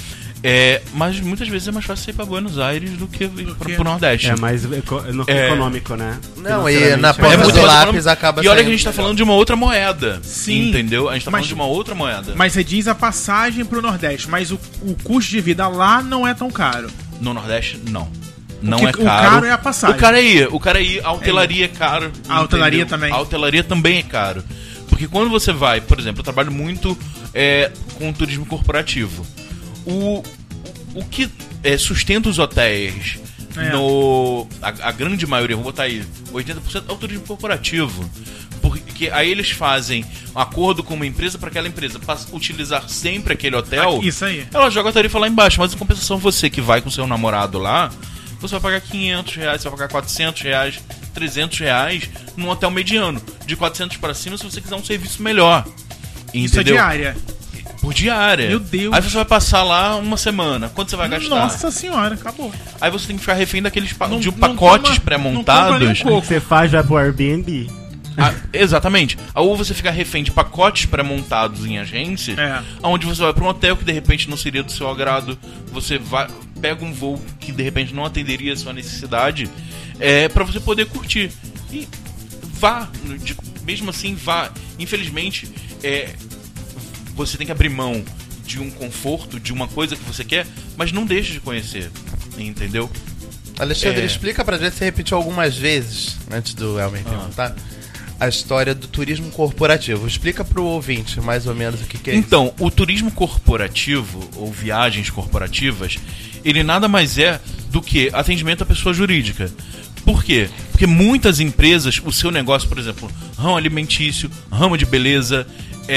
Mas muitas vezes é mais fácil ir pra Buenos Aires do que ir pro Nordeste. É mais econômico, né? Não, e na ponta do lápis acaba E olha que a gente tá falando de uma outra moeda. Sim. Entendeu? A gente tá falando de uma outra moeda. Mas você diz a passagem pro Nordeste, mas o custo de vida lá não é tão caro. No Nordeste, não. Não é caro. O caro é a passagem. O cara ir, a hotelaria é caro. A hotelaria também. A hotelaria também é caro. Porque quando você vai, por exemplo, eu trabalho muito com turismo corporativo. O que sustenta os hotéis, a grande maioria, vou botar aí, 80% é o turismo corporativo. Porque aí eles fazem um acordo com uma empresa para aquela empresa utilizar sempre aquele hotel. Isso aí. Ela joga a tarifa lá embaixo, mas em compensação você que vai com seu namorado lá, você vai pagar R$500, você vai pagar R$400, R$300 num hotel mediano. De 400 para cima se você quiser um serviço melhor. Entendeu? Isso é diária. Por diária. Meu Deus. Aí você vai passar lá uma semana. Quanto você vai gastar? Nossa senhora, acabou. Aí você tem que ficar refém daqueles pacotes pré-montados. O que você faz vai pro Airbnb. Exatamente. Ou você fica refém de pacotes pré-montados em agências, onde você vai para um hotel que de repente não seria do seu agrado, você pega um voo que de repente não atenderia a sua necessidade, para você poder curtir. E mesmo assim, vá. Infelizmente, você tem que abrir mão de um conforto, de uma coisa que você quer, mas não deixe de conhecer, entendeu? Alexandre, explica pra gente, você repetiu algumas vezes, antes do Elmer perguntar, a história do turismo corporativo. Explica pro ouvinte mais ou menos o que é então, isso. O turismo corporativo, ou viagens corporativas, ele nada mais é do que atendimento à pessoa jurídica. Por quê? Porque muitas empresas, o seu negócio, por exemplo, ramo alimentício, ramo de beleza,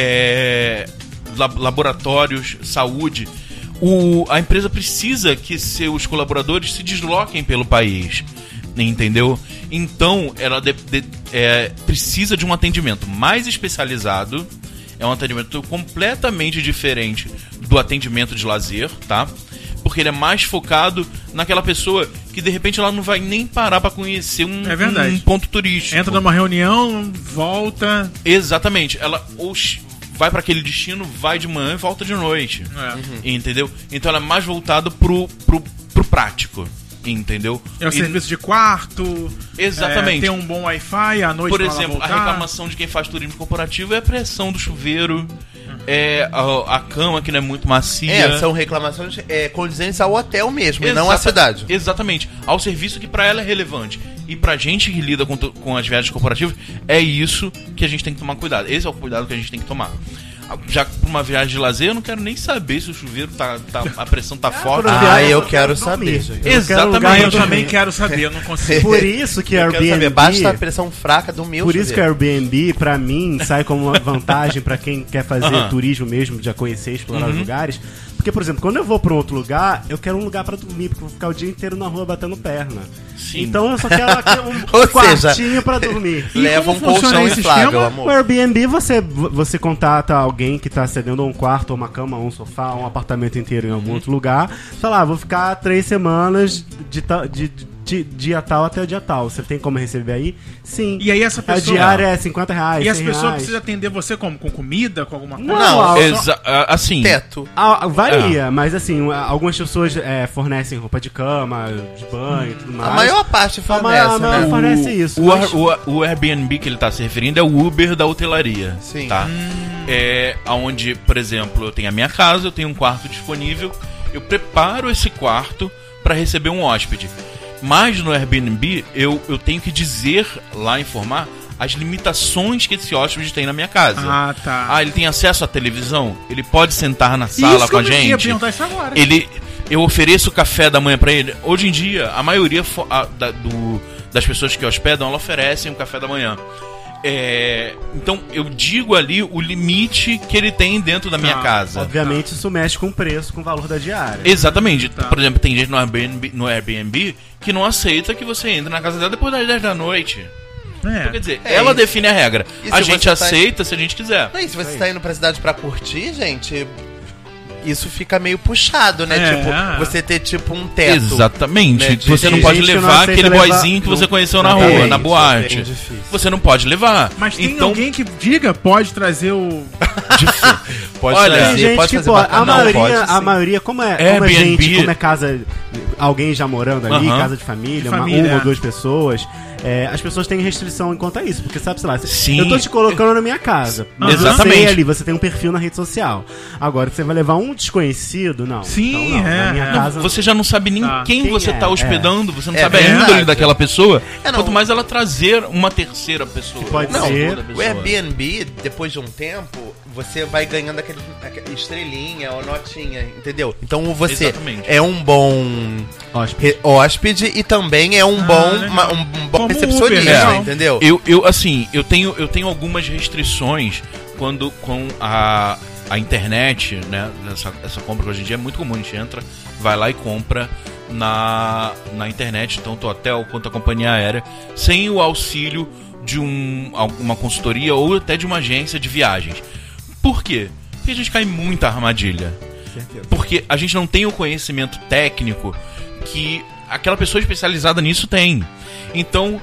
laboratórios, saúde, a empresa precisa que seus colaboradores se desloquem pelo país. Entendeu? Então, ela precisa de um atendimento mais especializado. É um atendimento completamente diferente do atendimento de lazer, tá? Porque ele é mais focado naquela pessoa que, de repente, ela não vai nem parar para conhecer um ponto turístico. Entra numa reunião, volta... Exatamente. Ela vai para aquele destino, vai de manhã e volta de noite. Entendeu? Então, ela é mais voltada pro prático. Entendeu? É o serviço de quarto. Exatamente. Tem um bom Wi-Fi à noite. Por exemplo, a reclamação de quem faz turismo corporativo é a pressão do chuveiro, a cama que não é muito macia. São reclamações condizentes ao hotel mesmo, e não à cidade. Exatamente. Ao serviço que pra ela é relevante. E pra gente que lida com as viagens corporativas, é isso que a gente tem que tomar cuidado. Esse é o cuidado que a gente tem que tomar. Já pra uma viagem de lazer, eu não quero nem saber se o chuveiro a pressão tá forte. Eu quero saber. Exatamente. Eu também quero saber, eu não consigo. Por isso que Airbnb... Basta a pressão fraca do meu Por isso que Airbnb, pra mim, sai como uma vantagem pra quem quer fazer turismo mesmo, já conhecer, explorar os lugares. Porque, por exemplo, quando eu vou pra um outro lugar, eu quero um lugar pra dormir, porque eu vou ficar o dia inteiro na rua batendo perna. Sim. Então eu só quero um quartinho pra dormir. Leva um colchão inflável, amor. O Airbnb, você contata alguém que tá cedendo um quarto, uma cama, um sofá, um apartamento inteiro em algum outro lugar. Fala, vou ficar 3 semanas de dia tal até o dia tal. Você tem como receber aí? Sim. E aí essa pessoa... A diária é R$50. E essa pessoa precisa atender você como? Com comida? Com alguma coisa? Não, assim... Teto. Varia, mas assim, algumas pessoas fornecem roupa de cama, de banho e tudo mais. A maior parte fornece, né? Fornece isso. O Airbnb que ele tá se referindo é o Uber da hotelaria. Sim. Tá? Onde, por exemplo, eu tenho a minha casa, eu tenho um quarto disponível, eu preparo esse quarto para receber um hóspede. Mas no Airbnb, eu tenho que dizer lá, informar as limitações que esse hóspede tem na minha casa. Ah, tá. Ele tem acesso à televisão? Ele pode sentar na sala com a gente? Isso agora. Eu ofereço café da manhã pra ele. Hoje em dia, a maioria das pessoas que hospedam, ela oferecem um café da manhã. Então eu digo ali o limite que ele tem dentro da minha casa. Obviamente isso mexe com o preço, com o valor da diária. Exatamente. Por exemplo, tem gente no Airbnb que não aceita que você entre na casa dela depois das 10 da noite. Então, quer dizer, ela define a regra. A gente aceita se a gente quiser. Se você tá indo pra cidade pra curtir, gente, isso fica meio puxado, né? Tipo, você ter tipo um teto. Exatamente. Né? Você não pode levar aquele boyzinho que você conheceu na rua, na boate. Você não pode levar. Mas tem alguém que diga, pode trazer o... Pode Olha, trazer, gente pode que fazer pode. bacana. A maioria, como é Airbnb. gente, como é casa, alguém já morando ali, casa de família, uma ou duas pessoas, as pessoas têm restrição quanto a isso, porque sabe, sei lá, Sim. eu tô te colocando na minha casa. Exatamente. Você ali, você tem um perfil na rede social. Agora, você vai levar um desconhecido? Não. Sim, então, não. Na minha casa, Você já não sabe nem quem você tá hospedando, você não sabe a verdade. índole daquela pessoa. Não. Quanto mais ela trazer uma terceira pessoa. Pode Não, ser. outra pessoa. O Airbnb, depois de um tempo, você vai ganhando aquela estrelinha ou notinha, entendeu? Então você Exatamente. é um bom hóspede e também é um bom Como recepcionista, Uber, entendeu? Eu tenho algumas restrições quando com a internet, né? Essa compra que hoje em dia é muito comum, a gente entra, vai lá e compra na internet, tanto o hotel quanto a companhia aérea, sem o auxílio de uma consultoria ou até de uma agência de viagens. Por quê? Porque a gente cai em muita armadilha. Porque a gente não tem o conhecimento técnico que aquela pessoa especializada nisso tem. Então,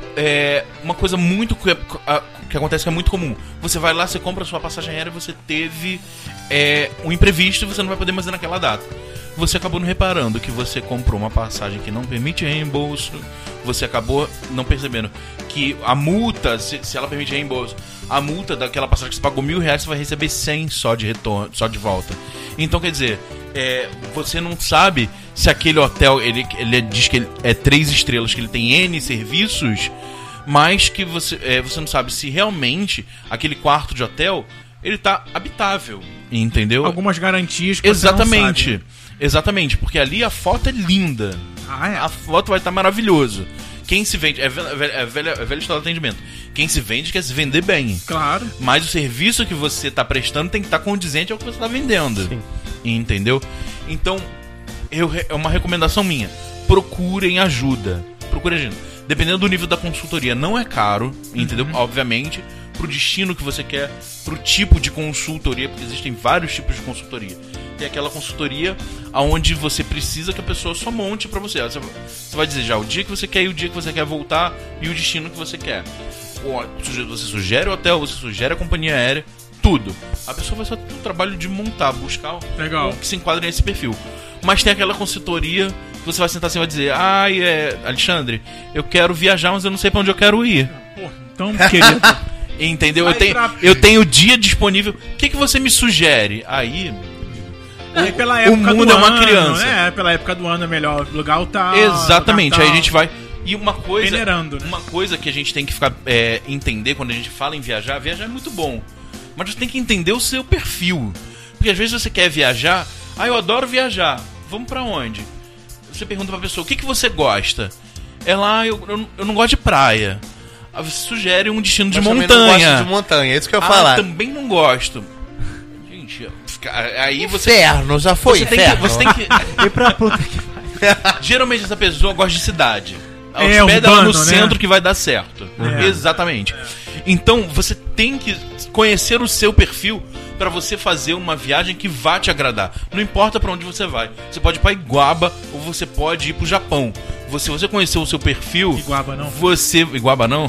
uma coisa muito que acontece que é muito comum. Você vai lá, você compra a sua passagem aérea, você teve um imprevisto e você não vai poder mais ir naquela data. Você acabou não reparando que você comprou uma passagem que não permite reembolso. Você acabou não percebendo que a multa, se ela permite reembolso, a multa daquela passagem que você pagou R$1.000, você vai receber 100 só de retorno, só de volta. Então, quer dizer, você não sabe se aquele hotel, ele diz que ele é 3 estrelas, que ele tem N serviços, mas que você não sabe se realmente aquele quarto de hotel, ele tá habitável, entendeu? Algumas garantias que você não sabe. Exatamente, porque ali a foto é linda. A foto vai estar maravilhoso. Quem se vende, é velha história de atendimento. Quem se vende quer se vender bem. Claro. Mas o serviço que você está prestando tem que estar condizente ao que você está vendendo. Sim. Entendeu? Então, é uma recomendação minha. Procurem ajuda. Dependendo do nível da consultoria, não é caro, entendeu? Obviamente, pro destino que você quer, pro tipo de consultoria, porque existem vários tipos de consultoria. Tem aquela consultoria onde você precisa que a pessoa só monte pra você. Você vai dizer já o dia que você quer e o dia que você quer voltar e o destino que você quer. Você sugere o hotel, você sugere a companhia aérea, tudo. A pessoa vai só ter o trabalho de montar, buscar o que se enquadra nesse perfil. Mas tem aquela consultoria que você vai sentar assim e vai dizer: Alexandre, eu quero viajar, mas eu não sei pra onde eu quero ir. Então, querido... Entendeu? Eu tenho o dia disponível. O que você me sugere? Aí... pela época o mundo é uma criança. Pela época do ano é melhor lugar o tal. Exatamente, aí a gente vai. E uma coisa. Venerando, né? Uma coisa que a gente tem que ficar entender quando a gente fala em viajar é muito bom. Mas você tem que entender o seu perfil. Porque às vezes você quer viajar. Eu adoro viajar. Vamos pra onde? Você pergunta pra pessoa: o que você gosta? Ela, eu não gosto de praia. Aí você sugere um destino de montanha. Não gosto de montanha, é isso que eu ia falar. Também não gosto. Gente, aí você. Inferno, já foi inferno. Você tem que. E pra puta que vai. Geralmente essa pessoa gosta de cidade. É Hospeda ela no urbano, né? centro que vai dar certo. Exatamente. Então você tem que conhecer o seu perfil para você fazer uma viagem que vá te agradar. Não importa para onde você vai. Você pode ir para Iguaba ou você pode ir para o Japão. Se você conhecer o seu perfil, Iguaba não. Iguaba não.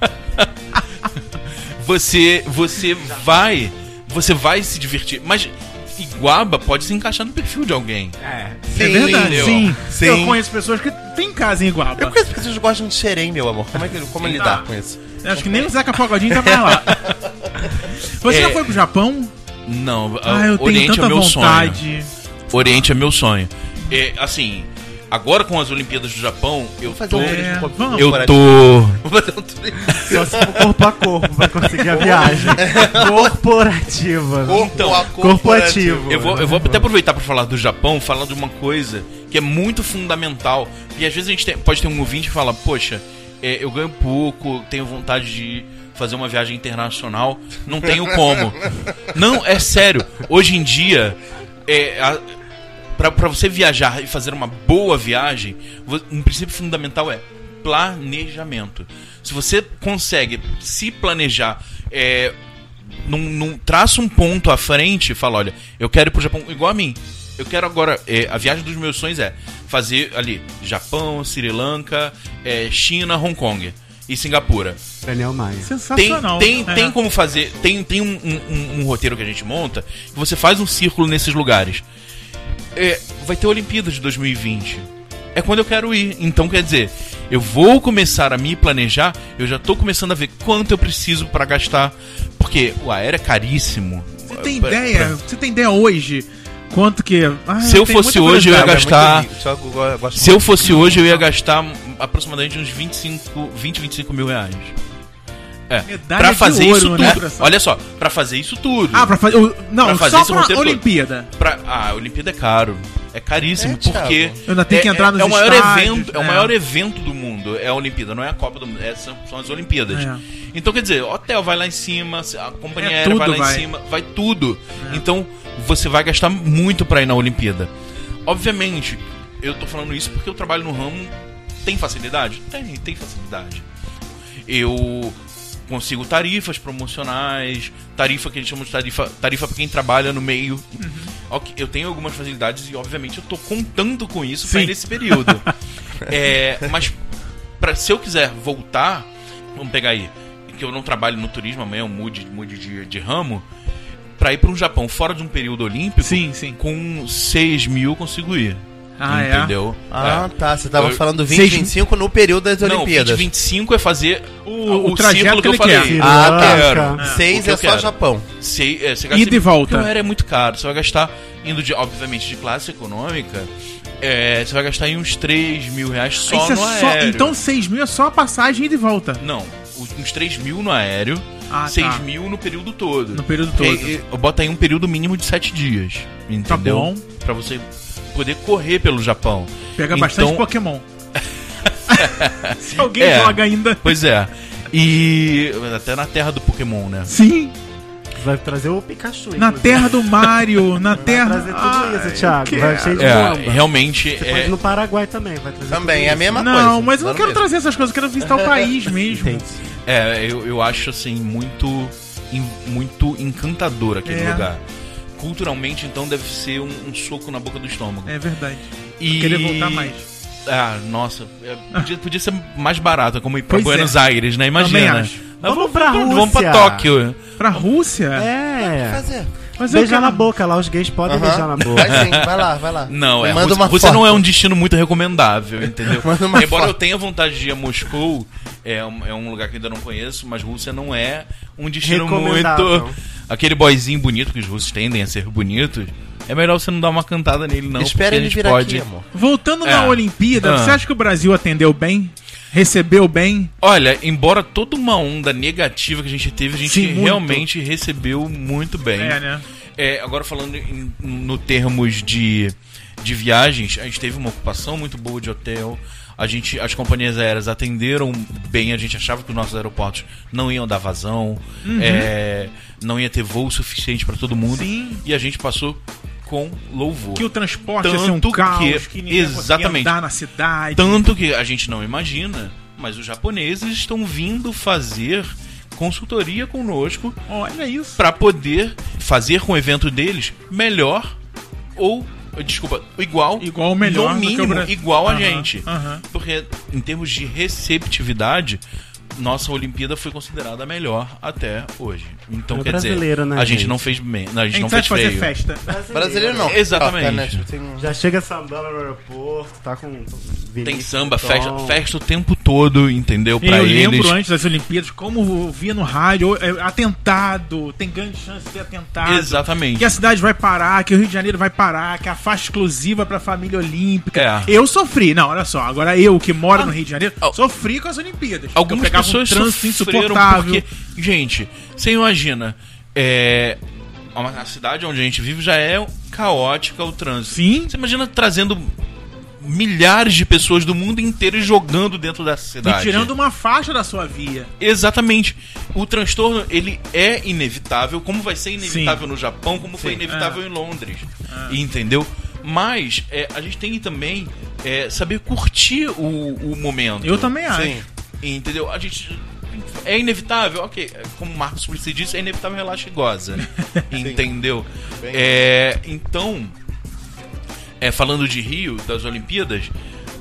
Você vai se divertir. Mas Iguaba pode se encaixar no perfil de alguém. É verdade. Sim. Eu conheço pessoas que têm casa em Iguaba. Eu conheço pessoas que gostam de xerém, meu amor. Como lidar com isso? Eu acho que nem o Zeca Pagodinho tava lá. Você já foi pro Japão? Não, eu Oriente tenho tanta é meu vontade. sonho. Oriente é meu sonho. Assim, agora com as Olimpíadas do Japão, eu tô. Vou fazer um turismo. Só se for corpo a corpo pra conseguir a viagem. Corporativa. Corporativo. Eu vou até aproveitar para falar do Japão, falar de uma coisa que é muito fundamental. E às vezes a gente pode ter um ouvinte que fala: poxa, eu ganho pouco, tenho vontade de fazer uma viagem internacional, não tenho como. Não, é sério. Hoje em dia, para você viajar e fazer uma boa viagem, um princípio fundamental é planejamento. Se você consegue se planejar, traça um ponto à frente e fala: olha, eu quero ir pro Japão igual a mim. Eu quero agora, a viagem dos meus sonhos é fazer ali Japão, Sri Lanka, China, Hong Kong. e Singapura. Daniel Maia. Sensacional. Tem como fazer. Tem um roteiro que a gente monta, que você faz um círculo nesses lugares. Vai ter a Olimpíada de 2020. É quando eu quero ir. Então, quer dizer, eu vou começar a me planejar. Eu já tô começando a ver quanto eu preciso pra gastar. Porque o aéreo é caríssimo. Você tem ideia? Você tem ideia hoje? Quanto que... se eu fosse hoje, eu ia gastar... Se eu fosse hoje, eu ia gastar aproximadamente uns 25 mil reais. Pra fazer isso tudo. Né? Olha só, pra fazer isso tudo. Pra fazer... Não, pra fazer só pra Olimpíada. A Olimpíada é caro. É caríssimo, porque... Eu ainda tenho que entrar nos estádios. É o maior evento do mundo. É a Olimpíada, não é a Copa do Mundo. São as Olimpíadas. Então, quer dizer, hotel vai lá em cima, a companhia aérea vai lá em cima, vai tudo. Então, você vai gastar muito pra ir na Olimpíada. Obviamente, eu tô falando isso porque eu trabalho no ramo. Tem facilidade? Tem facilidade. Eu consigo tarifas promocionais, tarifa que a gente chama de tarifa pra quem trabalha no meio. Eu tenho algumas facilidades e, obviamente, eu tô contando com isso pra ir nesse período. Mas, se eu quiser voltar, vamos pegar aí, que eu não trabalho no turismo, amanhã eu mude de ramo, pra ir pra um Japão fora de um período olímpico, com 6 mil eu consigo ir. Entendeu? Tá. Você tava falando 2025 no período das Olimpíadas. Não, 2025 é fazer o trajeto que eu falei. Quero. 6 é só Japão. Ida e volta. Porque o aéreo é muito caro. Você vai gastar, obviamente, de classe econômica, você vai gastar aí uns 3 mil reais só no aéreo. Então 6 mil é só a passagem ida e volta? Não, uns 3 mil no aéreo, 6 mil no período todo. No período todo. Bota aí um período mínimo de 7 dias. Entendeu? Tá bom. Pra você poder correr pelo Japão. Pega bastante Pokémon. Se alguém joga ainda. Pois é. E até na terra do Pokémon, né? Sim. Vai trazer o Pikachu. Na terra do Mario, na terra... Vai trazer tudo isso, Thiago. Vai cheio de bomba. Realmente... Você pode ir no Paraguai também. Vai trazer também, é a mesma coisa. Não, mas eu não quero trazer essas coisas. Eu quero visitar o país mesmo. Eu acho, assim, muito encantador aquele lugar. Culturalmente, então, deve ser um soco na boca do estômago. É verdade. E querer voltar mais. Nossa. Podia ser mais barato, como ir pra Buenos Aires, né? Imagina. Vamos pra Rússia. Vamos pra Tóquio. Pra Rússia? fazer? Beijar na boca lá, os gays podem beijar na boca. Vai sim, vai lá. Não, Rússia não é um destino muito recomendável, entendeu? Embora eu tenha vontade de ir a Moscou, é um lugar que eu ainda não conheço, mas Rússia não é um destino muito... Aquele boyzinho bonito que os russos tendem a ser bonitos, é melhor você não dar uma cantada nele, não. Espera ele vir aqui, amor. Voltando na Olimpíada, você acha que o Brasil atendeu bem? Recebeu bem? Olha, embora toda uma onda negativa que a gente teve, a gente realmente recebeu muito bem. Né? Agora falando no termos de viagens, a gente teve uma ocupação muito boa de hotel. As companhias aéreas atenderam bem. A gente achava que os nossos aeroportos não iam dar vazão, não ia ter voo suficiente para todo mundo. E a gente passou com louvor. Que o transporte ia ser um caos, que ninguém conseguia andar na cidade. Tanto que a gente não imagina, mas os japoneses estão vindo fazer consultoria conosco. Olha isso. Para poder fazer com o evento deles melhor ou... Desculpa, igual ou melhor, no mínimo, igual a gente. Porque em termos de receptividade, nossa Olimpíada foi considerada a melhor até hoje. Então, quer dizer, né, a gente não fez bem, a gente não fez fazer feio. Festa. Brasileiro não. Exatamente. Já chega sambando no aeroporto, tá com... Tem samba, festa o tempo todo, entendeu? Pra eu eles. lembro antes das Olimpíadas, como eu via no rádio, atentado, tem grande chance de ter atentado. Exatamente. Que a cidade vai parar, que o Rio de Janeiro vai parar, que a faixa exclusiva pra família olímpica. É. Eu sofri, não, olha só, agora eu que moro no Rio de Janeiro, sofri com as Olimpíadas. Algumas pessoas sofreram porque, gente, você imagina, a cidade onde a gente vive já é caótica o trânsito. Sim. Você imagina trazendo milhares de pessoas do mundo inteiro e jogando dentro dessa cidade. E tirando uma faixa da sua via. Exatamente. O transtorno, ele é inevitável, como vai ser inevitável no Japão, como foi inevitável em Londres. Entendeu? Mas a gente tem que também saber curtir o momento. Eu também acho. Sim. Entendeu? A gente... É inevitável, ok. Como o Marcos Pulitzer disse, é inevitável, relaxa e goza. Entendeu? Então... falando de Rio, das Olimpíadas,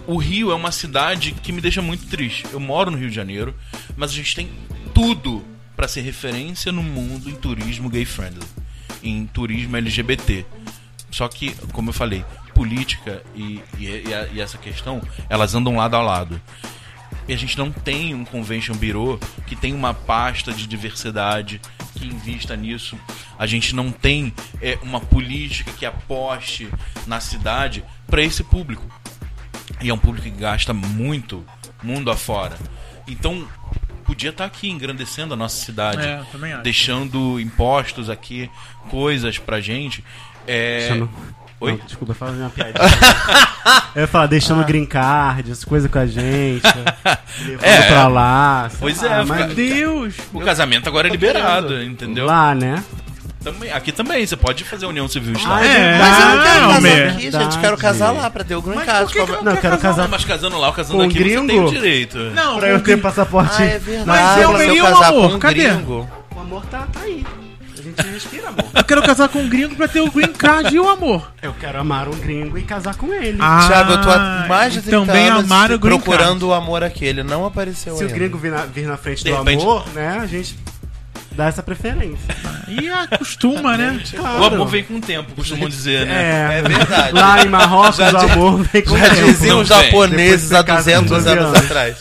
o Rio é uma cidade que me deixa muito triste. Eu moro no Rio de Janeiro, mas a gente tem tudo pra ser referência no mundo em turismo gay-friendly, em turismo LGBT. Só que, como eu falei, política e essa questão, elas andam lado a lado. E a gente não tem um convention bureau que tem uma pasta de diversidade que invista nisso. A gente não tem uma política que aposte na cidade para esse público. E é um público que gasta muito mundo afora. Então, podia estar aqui engrandecendo a nossa cidade, também acho. deixando impostos aqui, coisas pra gente. Oi? Não, desculpa, fazer uma piadinha. Eu ia falar, deixando green card, as coisas com a gente, levando pra lá. Pois mas Deus! O casamento agora é liberado, entendeu? Lá, né? Aqui também, você pode fazer união civil estável. Mas eu não quero casar aqui, gente. Quero casar lá pra ter o green card. Não, eu quero casar. Mas casando lá ou casando com aqui, gringo? você tem o direito. Não, pra eu ter passaporte. É verdade. Mas eu queria um amor, cadê? Gringo. O amor tá aí. A gente respira, amor. Eu quero casar com um gringo pra ter o green card e o amor. Eu quero amar um gringo e casar com ele. Thiago, eu tô há mais de 30 também anos amar o green procurando card. o amor aquele. Não apareceu Se ainda. o gringo vir na frente De do repente- amor, né, a gente dá essa preferência. E acostuma, né? Claro. O amor vem com o tempo, costumam dizer, né? É verdade. Lá em Marrocos, o amor vem com Já tempo. diziam Não os vem. japoneses Depois há de casa 200 com 12 anos anos. atrás.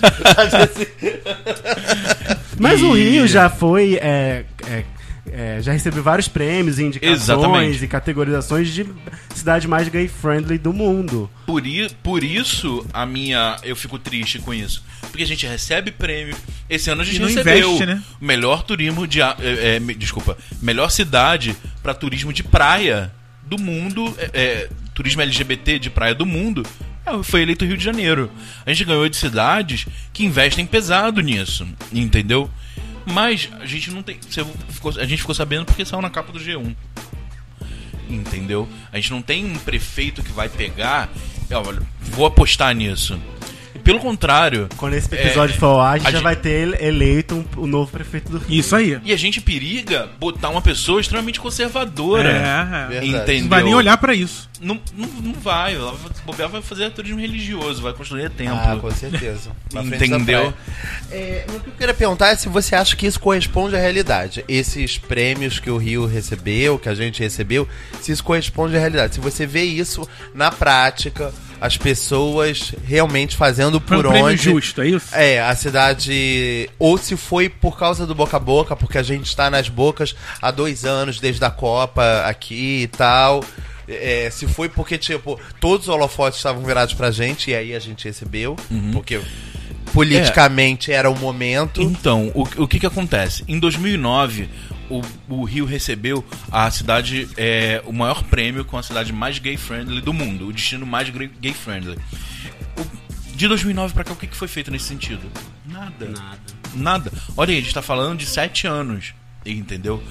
Mas o E- Rio já foi... já recebeu vários prêmios e indicações Exatamente. e categorizações de cidade mais gay-friendly do mundo. Por isso, eu fico triste com isso. Porque a gente recebe prêmio. Esse ano a gente E não recebeu investe, né? melhor turismo melhor cidade para turismo de praia do mundo, turismo LGBT de praia do mundo. Foi eleito o Rio de Janeiro. A gente ganhou de cidades que investem pesado nisso, entendeu? Mas a gente não tem. A gente ficou sabendo porque saiu na capa do G1. Entendeu? A gente não tem um prefeito que vai pegar. Olha, vou apostar nisso. Pelo contrário. Quando esse episódio for ao ar, a gente a já gente- vai ter eleito o novo prefeito do Rio. Isso aí. E a gente periga botar uma pessoa extremamente conservadora. Verdade. Entendeu? Não vai nem olhar pra isso. Não vai. Ela vai fazer turismo religioso, vai construir templo. Ah, com certeza. Na frente da Entendeu? praia. O que eu queria perguntar é se você acha que isso corresponde à realidade. Esses prêmios que o Rio recebeu, que a gente recebeu, se isso corresponde à realidade. Se você vê isso na prática, as pessoas realmente fazendo Foi por um prêmio onde... justo, é isso? A cidade... Ou se foi por causa do boca a boca, porque a gente está nas bocas há 2 anos, desde a Copa aqui e tal. Se foi porque, tipo, todos os holofotes estavam virados pra gente e aí a gente recebeu, porque politicamente era o momento. Então, o que acontece? Em 2009, o Rio recebeu o maior prêmio com a cidade mais gay-friendly do mundo, o destino mais gay-friendly. De 2009 pra cá, o que foi feito nesse sentido? Nada. Olha aí, a gente tá falando de 7 anos, entendeu?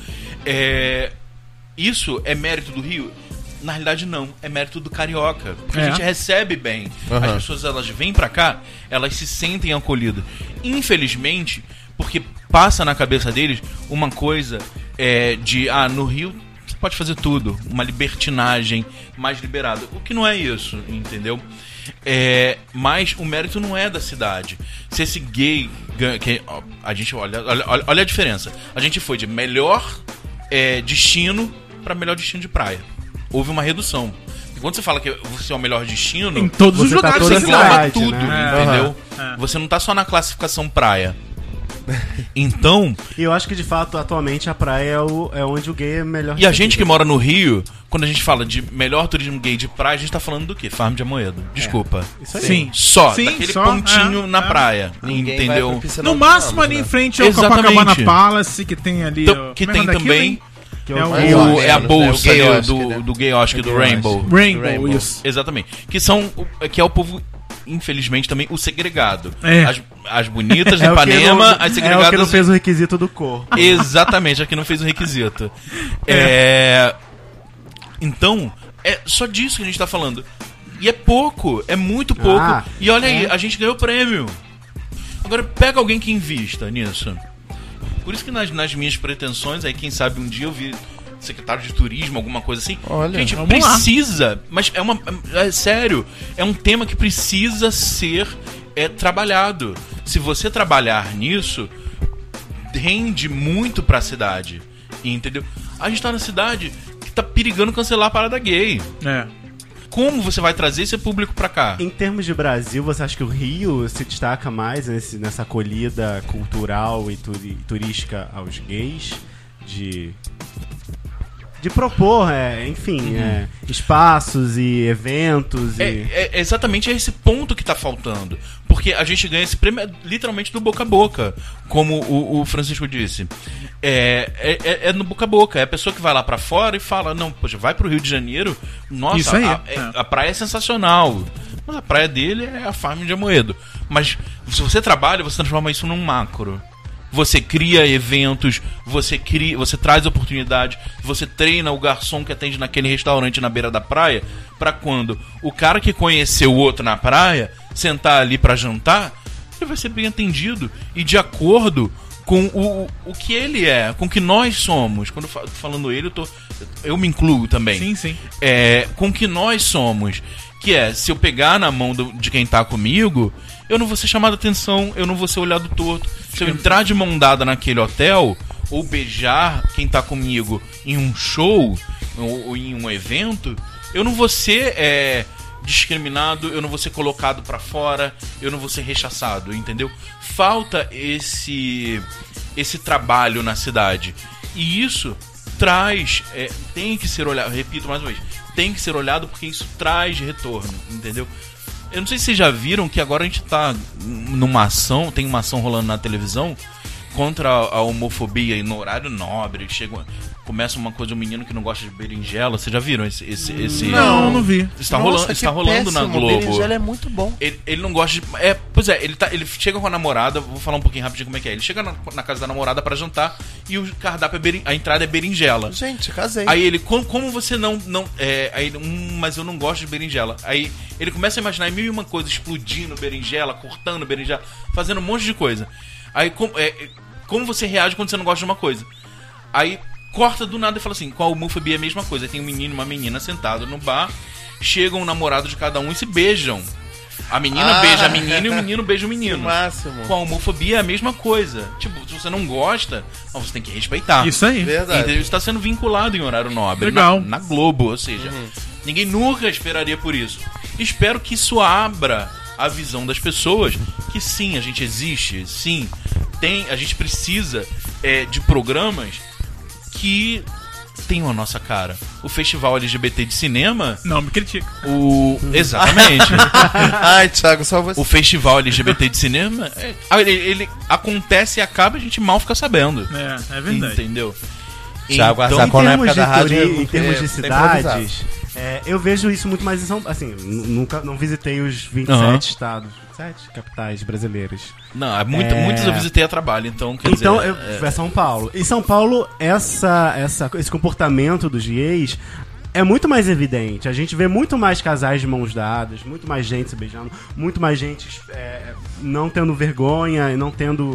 Isso é mérito do Rio? Na realidade não, é mérito do carioca, porque a gente recebe bem. As pessoas, elas vêm pra cá, elas se sentem acolhidas. Infelizmente, porque passa na cabeça deles uma coisa no Rio você pode fazer tudo, uma libertinagem mais liberada, o que não é isso, entendeu? Mas o mérito não é da cidade. Se esse gay a gente olha a diferença. A gente foi de melhor destino para melhor destino de praia. Houve uma redução. E quando você fala que você é o melhor destino, Em todos os Você tá lugares toda da você cidade, engloba cidade. tudo, né? entendeu? Uhum. Você não tá só na classificação praia. Então, E eu acho que de fato, atualmente, a praia é onde o gay é melhor. e a gente que mora no Rio, quando a gente fala de melhor turismo gay de praia, a gente tá falando do quê? Farm de Amoedo. Desculpa. Isso aí. Sim. Só, Sim, daquele só, pontinho na praia. Ninguém vai Entendeu? pro piscinão No de máximo Ramos, ali né? em frente ao Exatamente. Copacabana Palace, que tem ali... Então, que como é tem o nome daquilo, também hein? Que É o Gay é a Oscar, bolsa né? O Gay ali, Oscar, né? do Gay Oscar, do Gay Rainbow. Rainbow, Rainbow. isso. Exatamente. Que é o povo, infelizmente, também o segregado. É. As bonitas de É o que Ipanema, não- as É o que segregadas. não fez o requisito do corpo. Exatamente, aqui não fez o requisito. Então, é só disso que a gente tá falando. E é pouco, é muito pouco. Ah, E olha aí, a gente ganhou prêmio. Agora pega alguém que invista nisso. Por isso que nas minhas pretensões, aí quem sabe um dia eu secretário de turismo, alguma coisa assim. Olha, gente, precisa, mas é sério, é um tema que precisa ser trabalhado. Se você trabalhar nisso, rende muito pra cidade, entendeu? A gente tá na cidade que tá perigando cancelar a parada gay. Como você vai trazer esse público pra cá? Em termos de Brasil, você acha que o Rio se destaca mais nessa acolhida cultural e turística aos gays? De propor, enfim, espaços e eventos. É exatamente esse ponto que tá faltando. Porque a gente ganha esse prêmio literalmente do boca a boca, como o Francisco disse. É no boca a boca. É a pessoa que vai lá pra fora e fala, não, poxa, vai pro Rio de Janeiro, nossa, a praia é sensacional. Mas a praia dele é a Farm de Amoedo. Mas se você trabalha, você transforma isso num macro. Você cria eventos, você traz oportunidade, você treina o garçom que atende naquele restaurante na beira da praia, pra quando o cara que conheceu o outro na praia sentar ali pra jantar, ele vai ser bem atendido e de acordo com o que ele é, com o que nós somos. Quando eu falando ele, eu me incluo também. Sim. Com o que nós somos. Que se eu pegar na mão de quem tá comigo, eu não vou ser chamado a atenção, eu não vou ser olhado torto. Se eu entrar de mão dada naquele hotel, ou beijar quem tá comigo em um show, ou em um evento, eu não vou ser discriminado, eu não vou ser colocado pra fora, eu não vou ser rechaçado, entendeu? Falta esse trabalho na cidade. E isso traz, tem que ser olhado, repito mais uma vez, tem que ser olhado porque isso traz retorno, entendeu? Eu não sei se vocês já viram que agora a gente tá numa ação, tem uma ação rolando na televisão contra a homofobia e no horário nobre, começa uma coisa, um menino que não gosta de berinjela. Vocês já viram esse? Não vi. Está rolando na Globo. Berinjela é muito bom. Ele não gosta de... Pois é, ele chega com a namorada, vou falar um pouquinho rapidinho como é que é. Ele chega na casa da namorada pra jantar e o cardápio a entrada é berinjela. Gente, casei. Aí ele, como você não aí ele, mas eu não gosto de berinjela. Aí ele começa a imaginar mil e uma coisa, explodindo berinjela, cortando berinjela, fazendo um monte de coisa. Aí como você reage quando você não gosta de uma coisa? Aí corta do nada e fala assim, com a homofobia é a mesma coisa. Aí tem um menino e uma menina sentados no bar, chega um namorado de cada um e se beijam. A menina beija a menina e o menino beija o menino. Que máximo. Com a homofobia é a mesma coisa. Tipo, se você não gosta, você tem que respeitar. Isso aí. Verdade. Entendeu? Isso está sendo vinculado em horário nobre. Legal. Na Globo, ou seja, ninguém nunca esperaria por isso. Espero que isso abra a visão das pessoas que sim, a gente existe, sim, a gente precisa de programas que tenham a nossa cara. O Festival LGBT de Cinema... Não me critica. Exatamente. Ai, Thiago, só você. O Festival LGBT de Cinema, ele acontece e acaba e a gente mal fica sabendo. É verdade. Entendeu? Thiago, então, em termos de cidades... eu vejo isso muito mais em São Paulo. Assim, não visitei os 27 estados, 27 capitais brasileiras. Não, muitos eu visitei a trabalho, então quer dizer... É São Paulo. Em São Paulo, esse comportamento dos gays é muito mais evidente. A gente vê muito mais casais de mãos dadas, muito mais gente se beijando, muito mais gente não tendo vergonha e não tendo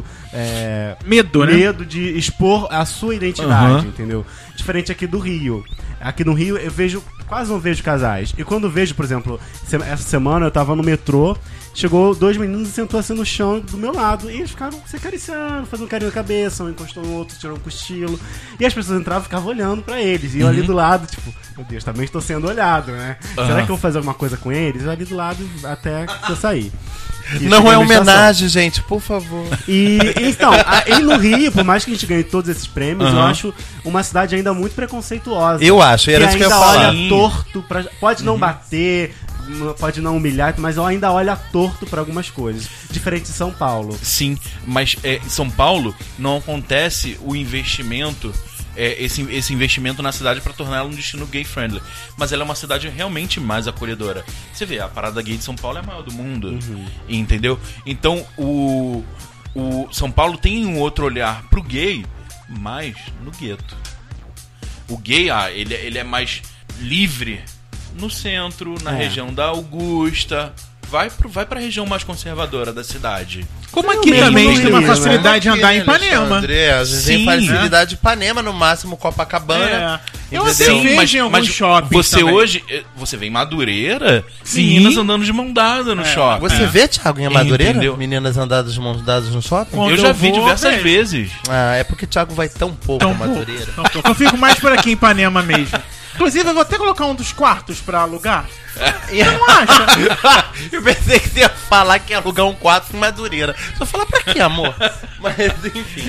medo de expor a sua identidade, entendeu? Diferente aqui do Rio. Aqui no Rio eu quase não vejo casais. E quando vejo, por exemplo, essa semana eu tava no metrô, chegou 2 meninos e sentou assim no chão do meu lado. E eles ficaram se acariciando, fazendo carinho na cabeça, um encostou no outro, tirou um cochilo. E as pessoas entravam e ficavam olhando pra eles. E eu ali do lado, tipo, meu Deus, também estou sendo olhado, né? Será que eu vou fazer alguma coisa com eles? Eu ali do lado até que eu saí. Não é homenagem, gente, por favor. Então, no Rio, por mais que a gente ganhe todos esses prêmios, eu acho uma cidade ainda muito preconceituosa. Eu acho, era isso que eu ia falar. Olha torto pode não bater, pode não humilhar, mas ainda olha torto pra algumas coisas. Diferente de São Paulo. Sim, mas em São Paulo não acontece o investimento... esse investimento na cidade para torná-la um destino gay-friendly. Mas ela é uma cidade realmente mais acolhedora. Você vê, a parada gay de São Paulo é a maior do mundo. Entendeu? Então, o São Paulo tem um outro olhar pro gay, mas no gueto. O gay, ele é mais livre no centro, na região da Augusta. Vai pra região mais conservadora da cidade. Como aqui também a gente tem uma facilidade de andar em Ipanema. André, a gente tem facilidade de Ipanema, no máximo Copacabana. Eu vejo em alguns shoppings você também. hoje, você vê em Madureira, meninas andando de mão dada no shopping. Você vê, Thiago, em Madureira? Entendeu? Meninas andando de mãos dadas no shopping? Eu já vi diversas vezes. É porque o Thiago vai tão pouco a Madureira. Eu fico mais por aqui em Ipanema mesmo. Inclusive, eu vou até colocar um dos quartos pra alugar. Você não acha? Eu pensei que você ia falar que ia alugar um quarto em Madureira. Só falar pra quê, amor? Mas, enfim.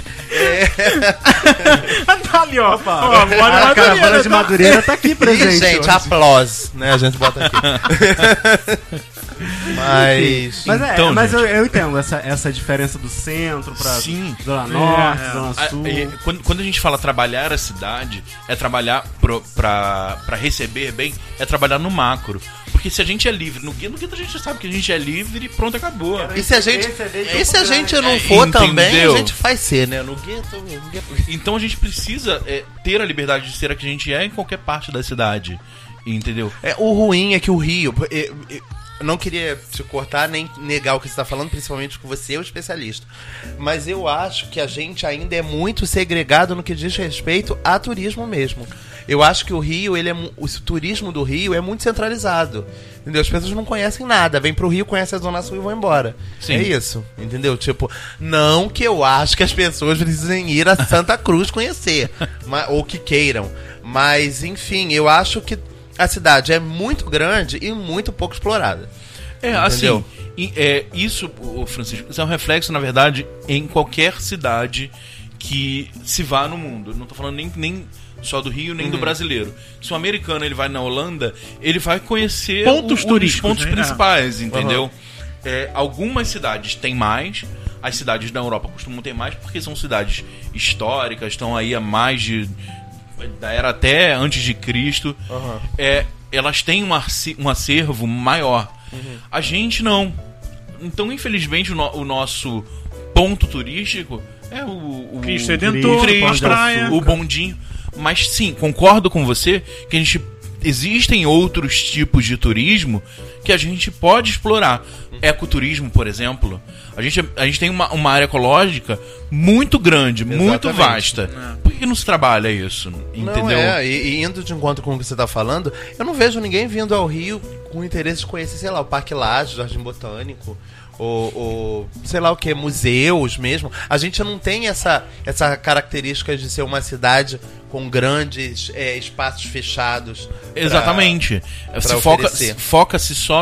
Tá ali, ó. A caravana de Madureira tá aqui presente. E, gente, aplausos, né? A gente bota aqui. Mas eu entendo essa diferença do centro pra Zona Norte, Zona Sul. Quando a gente fala trabalhar a cidade, é trabalhar pra receber bem, é trabalhar no macro. Porque se a gente é livre, no gueto a gente sabe que a gente é livre e pronto, acabou. E se a gente não for também, a gente faz ser, né? No gueto. Então a gente precisa ter a liberdade de ser a que a gente é em qualquer parte da cidade. Entendeu? O ruim é que o Rio... Eu não queria te cortar nem negar o que você está falando, principalmente porque você é o especialista. Mas eu acho que a gente ainda é muito segregado no que diz respeito a turismo mesmo. Eu acho que o Rio, o turismo do Rio é muito centralizado. Entendeu? As pessoas não conhecem nada. Vêm pro Rio, conhecem a Zona Sul e vão embora. Sim. É isso. Entendeu? Tipo, não que eu acho que as pessoas precisem ir a Santa Cruz conhecer. Ou que queiram. Mas, enfim, eu acho que a cidade é muito grande e muito pouco explorada. Assim, isso, Francisco, isso é um reflexo, na verdade, em qualquer cidade que se vá no mundo. Não tô falando nem só do Rio, nem do brasileiro. Se um americano ele vai na Holanda, ele vai conhecer pontos turísticos, pontos principais, entendeu? Algumas cidades têm mais, as cidades da Europa costumam ter mais, porque são cidades históricas, estão aí há mais de... da era até antes de Cristo, elas têm um acervo maior. A gente não. Então, infelizmente, o nosso ponto turístico é o Cristo Redentor, a praia, o bondinho. Mas sim, concordo com você que existem outros tipos de turismo que a gente pode explorar. Ecoturismo, por exemplo. A gente tem uma área ecológica muito grande, muito vasta. Por que não se trabalha isso? Entendeu? E indo de encontro com o que você está falando, eu não vejo ninguém vindo ao Rio com interesse de conhecer, sei lá, o Parque Lage, o Jardim Botânico, ou sei lá o que, museus mesmo. A gente não tem essa característica de ser uma cidade com grandes espaços fechados. Exatamente. Foca-se só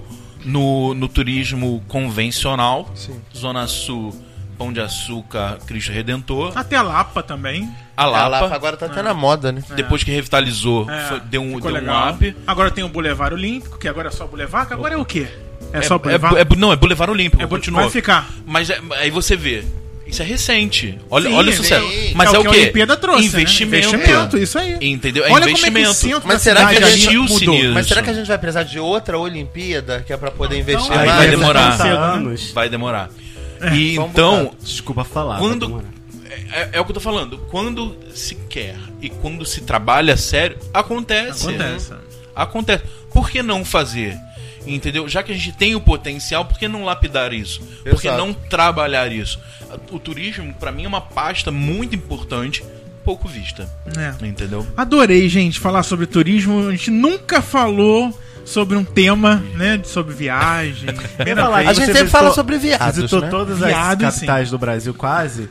no turismo convencional. Sim. Zona Sul, Pão de Açúcar, Cristo Redentor. Até a Lapa também. A Lapa agora tá até na moda, né? Depois que revitalizou, deu um up. Agora tem o Boulevard Olímpico, que agora é só Boulevard, que agora é o quê? É só Boulevard? Não, é Boulevard Olímpico, continua. Vai ficar. Mas aí você vê, isso é recente. Olha o sucesso. Mas é o quê? A Olimpíada trouxe, investimento. Isso aí. Entendeu? Olha investimento. Como é que mas será que investiu-se nisso? Mas será que a gente vai precisar de outra Olimpíada que é pra poder investir aí mais? vai demorar. Anos. Vai demorar. E então, desculpa falar. Quando é o que eu tô falando. Quando se quer e quando se trabalha sério, acontece. Por que não fazer? Entendeu? Já que a gente tem o potencial, por que não lapidar isso? Por que não trabalhar isso? O turismo, pra mim, é uma pasta muito importante, pouco vista. Entendeu? Adorei, gente, falar sobre turismo. A gente nunca falou sobre um tema, né? Sobre viagem. A gente sempre fala sobre viados, visitou né? todas as capitais do Brasil, quase.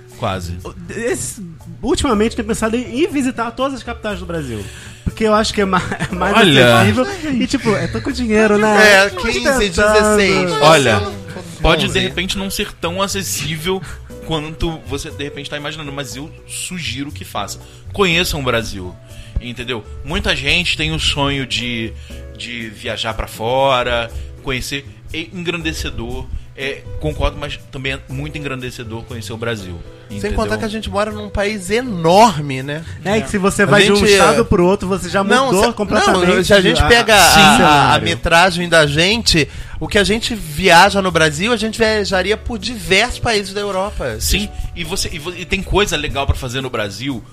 Ultimamente, tenho pensado em visitar todas as capitais do Brasil. Porque eu acho que é mais acessível. E tipo, eu tô com dinheiro, né? 15, 16. Olha, pode de repente não ser tão acessível quanto você de repente tá imaginando, mas eu sugiro que faça. Conheçam o Brasil, entendeu? Muita gente tem o sonho de viajar pra fora, conhecer, é engrandecedor. Concordo, mas também é muito engrandecedor conhecer o Brasil. Entendeu? Sem contar que a gente mora num país enorme, né? Que se você vai de um estado pro outro, você já mudou completamente. Não, se a gente pega a metragem da gente, o que a gente viaja no Brasil, a gente viajaria por diversos países da Europa. Sim, e tem coisa legal pra fazer no Brasil.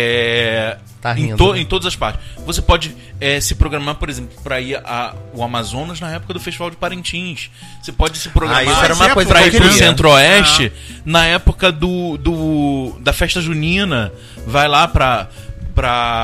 Tá rindo, em todas as partes. Você pode se programar, por exemplo, para ir ao Amazonas na época do Festival de Parintins. Você pode se programar para ir pro Centro-Oeste na época da festa junina. Vai lá pra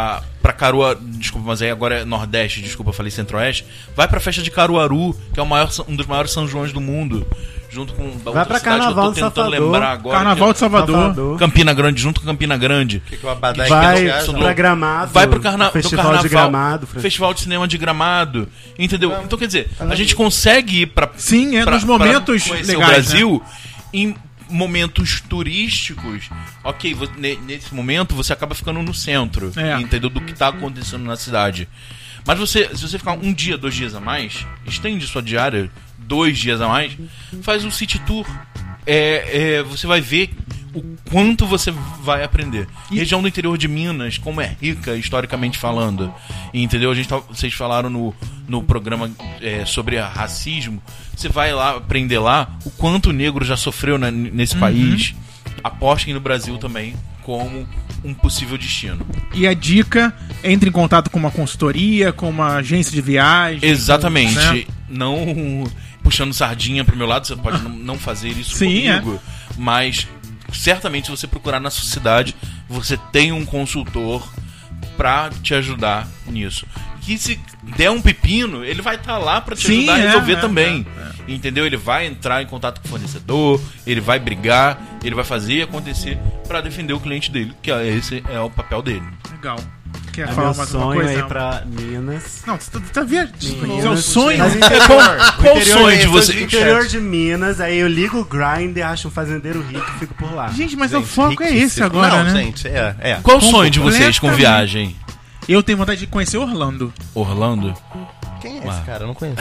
pra Caruaru, desculpa, mas aí agora é Nordeste, desculpa, falei Centro-Oeste, vai pra festa de Caruaru, que é um dos maiores São Joões do mundo, junto com vai pra Carnaval de Salvador. Carnaval de Salvador. Campina Grande, junto com Campina Grande. Vai pra Gramado. Vai pro Festival de Gramado. Festival de Cinema de Gramado. Entendeu? Então, quer dizer, a gente consegue ir pra... Sim, nos momentos legais, o Brasil, né? Em momentos turísticos, ok, nesse momento você acaba ficando no centro, entendeu? Do que tá acontecendo na cidade. Mas se você ficar um dia, 2 dias a mais, estende sua diária 2 dias a mais, faz um city tour. Você vai ver o quanto você vai aprender. Região do interior de Minas, como é rica historicamente falando, entendeu? Vocês falaram no programa sobre racismo. Você vai lá aprender lá o quanto o negro já sofreu nesse país. Apostem no Brasil também como um possível destino. E a dica, entre em contato com uma consultoria, com uma agência de viagem. Exatamente. Né? Não puxando sardinha pro meu lado, você pode não fazer isso comigo, mas certamente se você procurar na sua cidade, você tem um consultor pra te ajudar nisso. Que se der um pepino, ele vai estar lá pra te ajudar a resolver também. Entendeu? Ele vai entrar em contato com o fornecedor, ele vai brigar, ele vai fazer acontecer pra defender o cliente dele, que esse é o papel dele. Legal. Quer falar mais uma coisa? Sonho aí pra Minas. Não, você tá viajando. Seu sonho? Qual o sonho de você? Interior de Minas, aí eu ligo o Grindr, acho um fazendeiro rico e fico por lá. Gente, mas o foco é esse agora, né? Gente, Qual o sonho de vocês com viagem? Eu tenho vontade de conhecer Orlando. Orlando? Quem é esse cara? Eu não conheço.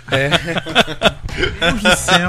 Deus do céu.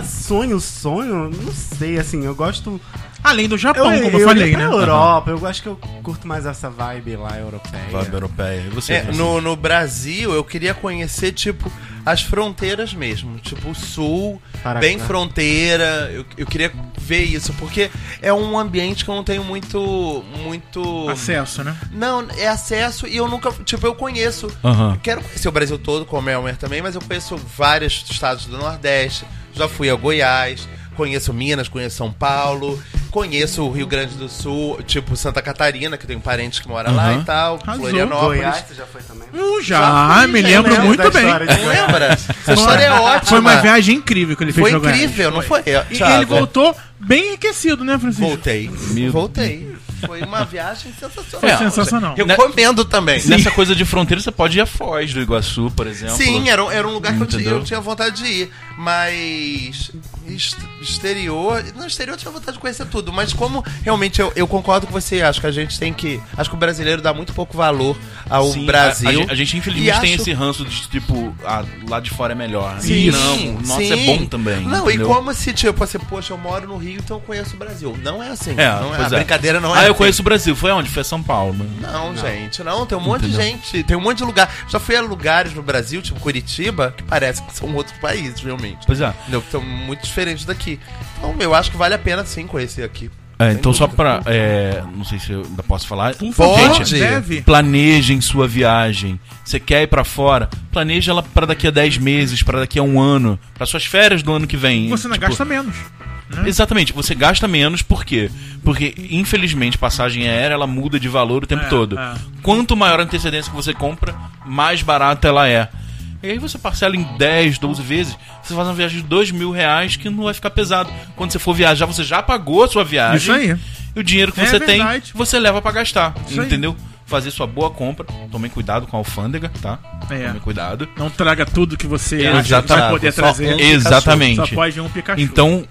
Sonho? Não sei, assim, eu gosto... Além do Japão, como eu falei, né? Europa, eu acho que eu curto mais essa vibe lá europeia. Vibe europeia. E você? No Brasil, eu queria conhecer, tipo, as fronteiras mesmo. Tipo, o sul, bem fronteira. Eu queria ver isso, porque é um ambiente que eu não tenho muito... acesso, né? Não, é acesso e eu nunca... Tipo, eu conheço... Quero conhecer o Brasil todo, como é o Elmer também, mas eu conheço vários estados do Nordeste. Já fui a Goiás... Conheço Minas, conheço São Paulo, conheço o Rio Grande do Sul, tipo Santa Catarina, que eu tenho parentes que moram lá e tal, Florianópolis. Goiás, você já foi também? Já me lembro muito bem. Lembra? Essa história é ótima. Foi uma viagem incrível que ele fez. Foi incrível, não foi? E ele voltou bem enriquecido, né, Francisco? Voltei. Foi uma viagem sensacional. Foi sensacional. Eu recomendo também. Nessa coisa de fronteira, você pode ir a Foz do Iguaçu, por exemplo. Sim, era um lugar que eu tinha vontade de ir. Mas exterior... No exterior eu tinha vontade de conhecer tudo. Mas como realmente eu concordo com você, acho que a gente tem que... Acho que o brasileiro dá muito pouco valor ao Brasil. A gente infelizmente tem esse ranço de tipo, lá de fora é melhor. Sim, não, nossa, é bom também. Não, entendeu? E como se, tipo, assim, poxa, eu moro no Rio, então eu conheço o Brasil. Não é assim. A brincadeira não é assim. Eu conheço o Brasil. Foi onde? Foi São Paulo. Não, gente. Não, tem um monte de gente. Tem um monte de lugar. Já fui a lugares no Brasil, tipo Curitiba, que parece que são outros países, realmente. Pois é. Estão muito diferentes daqui. Então, eu acho que vale a pena, sim, conhecer aqui. Então só pra... não sei se eu ainda posso falar. Pode. Deve. Planejem sua viagem. Você quer ir pra fora? Planeje ela pra daqui a 10 meses, pra daqui a 1 ano, pra suas férias do ano que vem. Você não gasta menos. Né? Exatamente, você gasta menos, por quê? Porque, infelizmente, passagem aérea, ela muda de valor o tempo todo. Quanto maior a antecedência que você compra, mais barata ela é. E aí você parcela em 10, 12 vezes, você faz uma viagem de R$2.000 que não vai ficar pesado. Quando você for viajar, você já pagou a sua viagem. Isso aí. E o dinheiro que você tem, você leva pra gastar. Isso entendeu? Aí. Fazer sua boa compra. Tomem cuidado com a alfândega, tá? Tomem cuidado. Não traga tudo que você acha que vai poder trazer. Exatamente. Só pode um Pikachu. Então,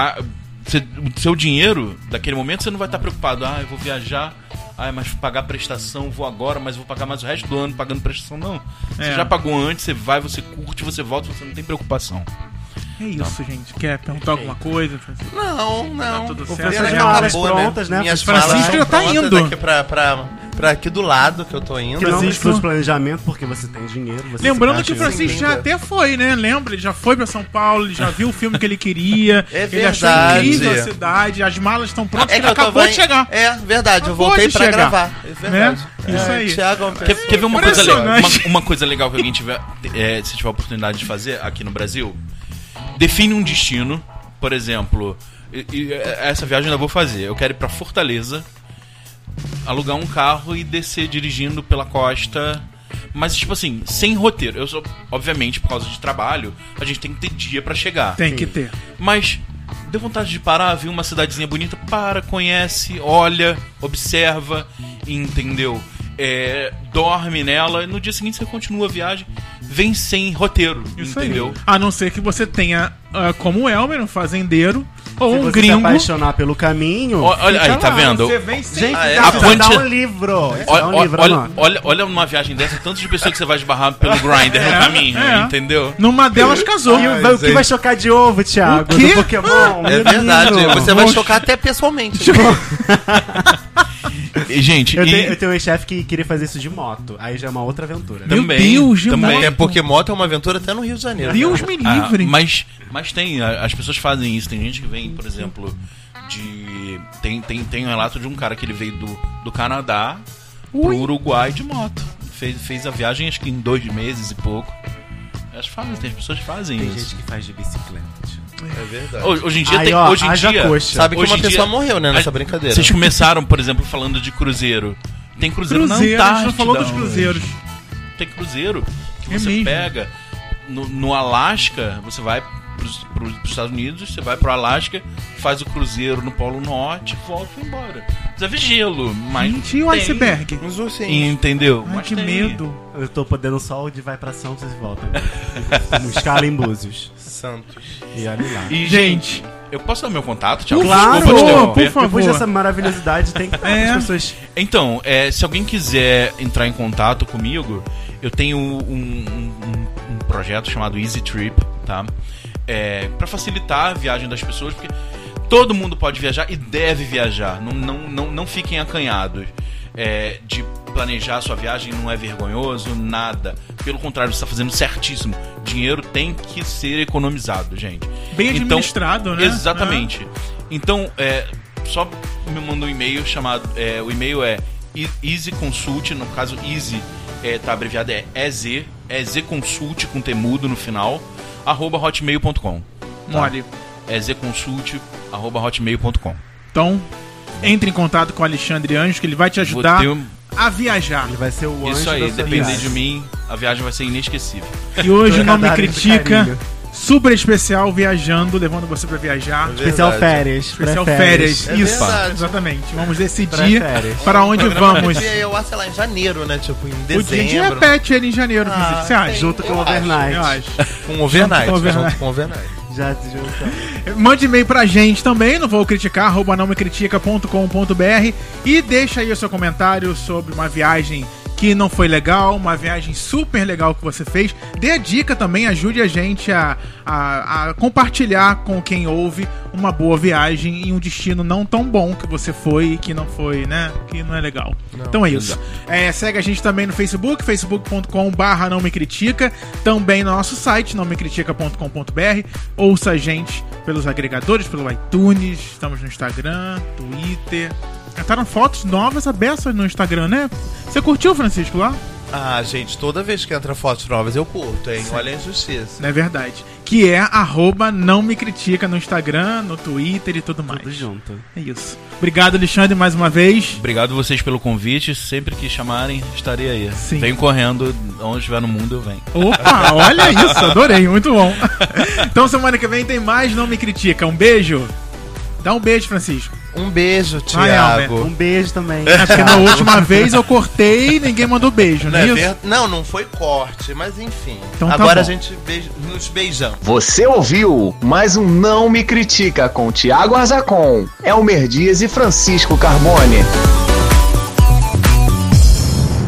o seu dinheiro, daquele momento, você não vai estar preocupado. Eu vou viajar, mas pagar prestação, vou agora, mas vou pagar mais o resto do ano pagando prestação. Não. Você já pagou antes, você vai, você curte, você volta, você não tem preocupação. É isso, gente. Quer perguntar alguma coisa? Não. Tá tudo certo. Você já acabou, prontas, né? Minhas Francisco já tá indo. Aqui pra aqui do lado que eu tô indo. Que não precisa de planejamento, porque você tem dinheiro. Lembrando que o Francisco já até foi, né? Lembra? Ele já foi pra São Paulo, ele já viu o filme que ele queria. Ele achou incrível a cidade, as malas estão prontas, ele acabou de chegar. É verdade, eu voltei pra gravar. É verdade. Isso aí. Thiago, quer ver uma coisa legal que alguém tiver, se tiver a oportunidade de fazer aqui no Brasil? Define um destino, por exemplo, essa viagem eu ainda vou fazer. Eu quero ir pra Fortaleza. alugar um carro e descer dirigindo pela costa. Mas, tipo assim, sem roteiro. Obviamente, por causa de trabalho, a gente tem que ter dia pra chegar. Tem que ter. Mas deu vontade de parar, ver uma cidadezinha bonita, conhece, olha, observa, entendeu? Dorme nela, no dia seguinte você continua a viagem, vem sem roteiro, isso entendeu? Aí. A não ser que você tenha, como o Elmer, um fazendeiro, ou um gringo. Se apaixonar pelo caminho. Olha aí, tá vendo? Você vem sem... Gente, dá um livro. Olha numa viagem dessa, tanto de pessoas que você vai esbarrar pelo Grindr no caminho, entendeu? Numa delas casou. E o que vai chocar de ovo, Thiago? Do Pokémon? É verdade, você vai chocar até pessoalmente. Gente, eu tenho um chefe que queria fazer isso de moto. Aí já é uma outra aventura. Meu Deus, de moto. É porque moto é uma aventura até no Rio de Janeiro. Deus me livre. Mas tem, as pessoas fazem isso. Tem gente que vem, por exemplo, tem um relato de um cara que ele veio do Canadá pro Uruguai de moto. Fez a viagem acho que em 2 meses e pouco. As pessoas fazem isso. Tem gente que faz de bicicleta. É verdade. Hoje em dia sabe que uma pessoa morreu, né, nessa brincadeira. Vocês começaram, por exemplo, falando de cruzeiro. Tem cruzeiro na Antártida. A gente já falou dos cruzeiros. Tem cruzeiro que você pega no Alasca, você vai pros Estados Unidos, você vai pro Alasca, faz o cruzeiro no Polo Norte, volta e vai embora. Precisa ver gelo, mas gente, e o iceberg? Entendeu? Ai, que medo. Eu tô podendo sol de vai pra Santos e volta. No escala em Búzios. Santos. E olha lá. E, gente, eu posso dar meu contato, Thiago? Claro, por favor. Depois dessa maravilhosidade tem que as pessoas... Então, se alguém quiser entrar em contato comigo, eu tenho um projeto chamado Easy Trip, tá? Pra facilitar a viagem das pessoas, porque todo mundo pode viajar e deve viajar. Não fiquem acanhados. De planejar a sua viagem não é vergonhoso, nada. Pelo contrário, você está fazendo certíssimo. Dinheiro tem que ser economizado, gente. Bem administrado, né? Exatamente. Então, só me manda um e-mail chamado... o e-mail é Easy Consult, no caso Easy tá abreviado, EZ com temudo no final, @hotmail.com. Mole. EZconsult@hotmail.com. Então, entre em contato com o Alexandre Anjos, que ele vai te ajudar a viajar. Ele vai ser o anjo. Isso aí, depender de mim, a viagem vai ser inesquecível. E hoje Não Me Critica, super especial, viajando, levando você pra viajar. Especial férias. Especial férias, isso. Exatamente. Vamos decidir para onde vamos. Eu acho, sei lá, em janeiro, né? Tipo, em dezembro. O dia repete ele em janeiro, você acha? Junto com o overnight. Eu acho. Com o overnight. Junto com o overnight. Já te juntam. Mande e-mail pra gente também, não vou criticar, @nãomecritica.com.br, e deixa aí o seu comentário sobre uma viagem que não foi legal, uma viagem super legal que você fez. Dê a dica também, ajude a gente a compartilhar com quem ouve uma boa viagem em um destino não tão bom que você foi e que não foi, né? Que não é legal. Então é isso. Segue a gente também no Facebook, facebook.com/nãomecritica, também no nosso site, nãomecritica.com.br. Ouça a gente pelos agregadores, pelo iTunes, estamos no Instagram, Twitter. Entraram fotos novas abertas no Instagram, né? Você curtiu, Francisco, lá? Ah, gente, toda vez que entra fotos novas eu curto, hein? Olha a injustiça. É verdade. Que é @nãomecritica no Instagram, no Twitter e tudo mais. Tudo junto. É isso. Obrigado, Alexandre, mais uma vez. Obrigado vocês pelo convite. Sempre que chamarem, estarei aí. Sim. Venho correndo, onde estiver no mundo eu venho. Opa, olha isso, adorei, muito bom. Então semana que vem tem mais Não Me Critica. Um beijo. Dá um beijo, Francisco. Um beijo, Thiago. Um beijo também. Porque na última vez eu cortei e ninguém mandou beijo, não é isso? Não foi corte, mas enfim. Então agora tá a gente nos beijamos. Você ouviu mais um Não Me Critica com Thiago Arzacon, Elmer Dias e Francisco Carbone.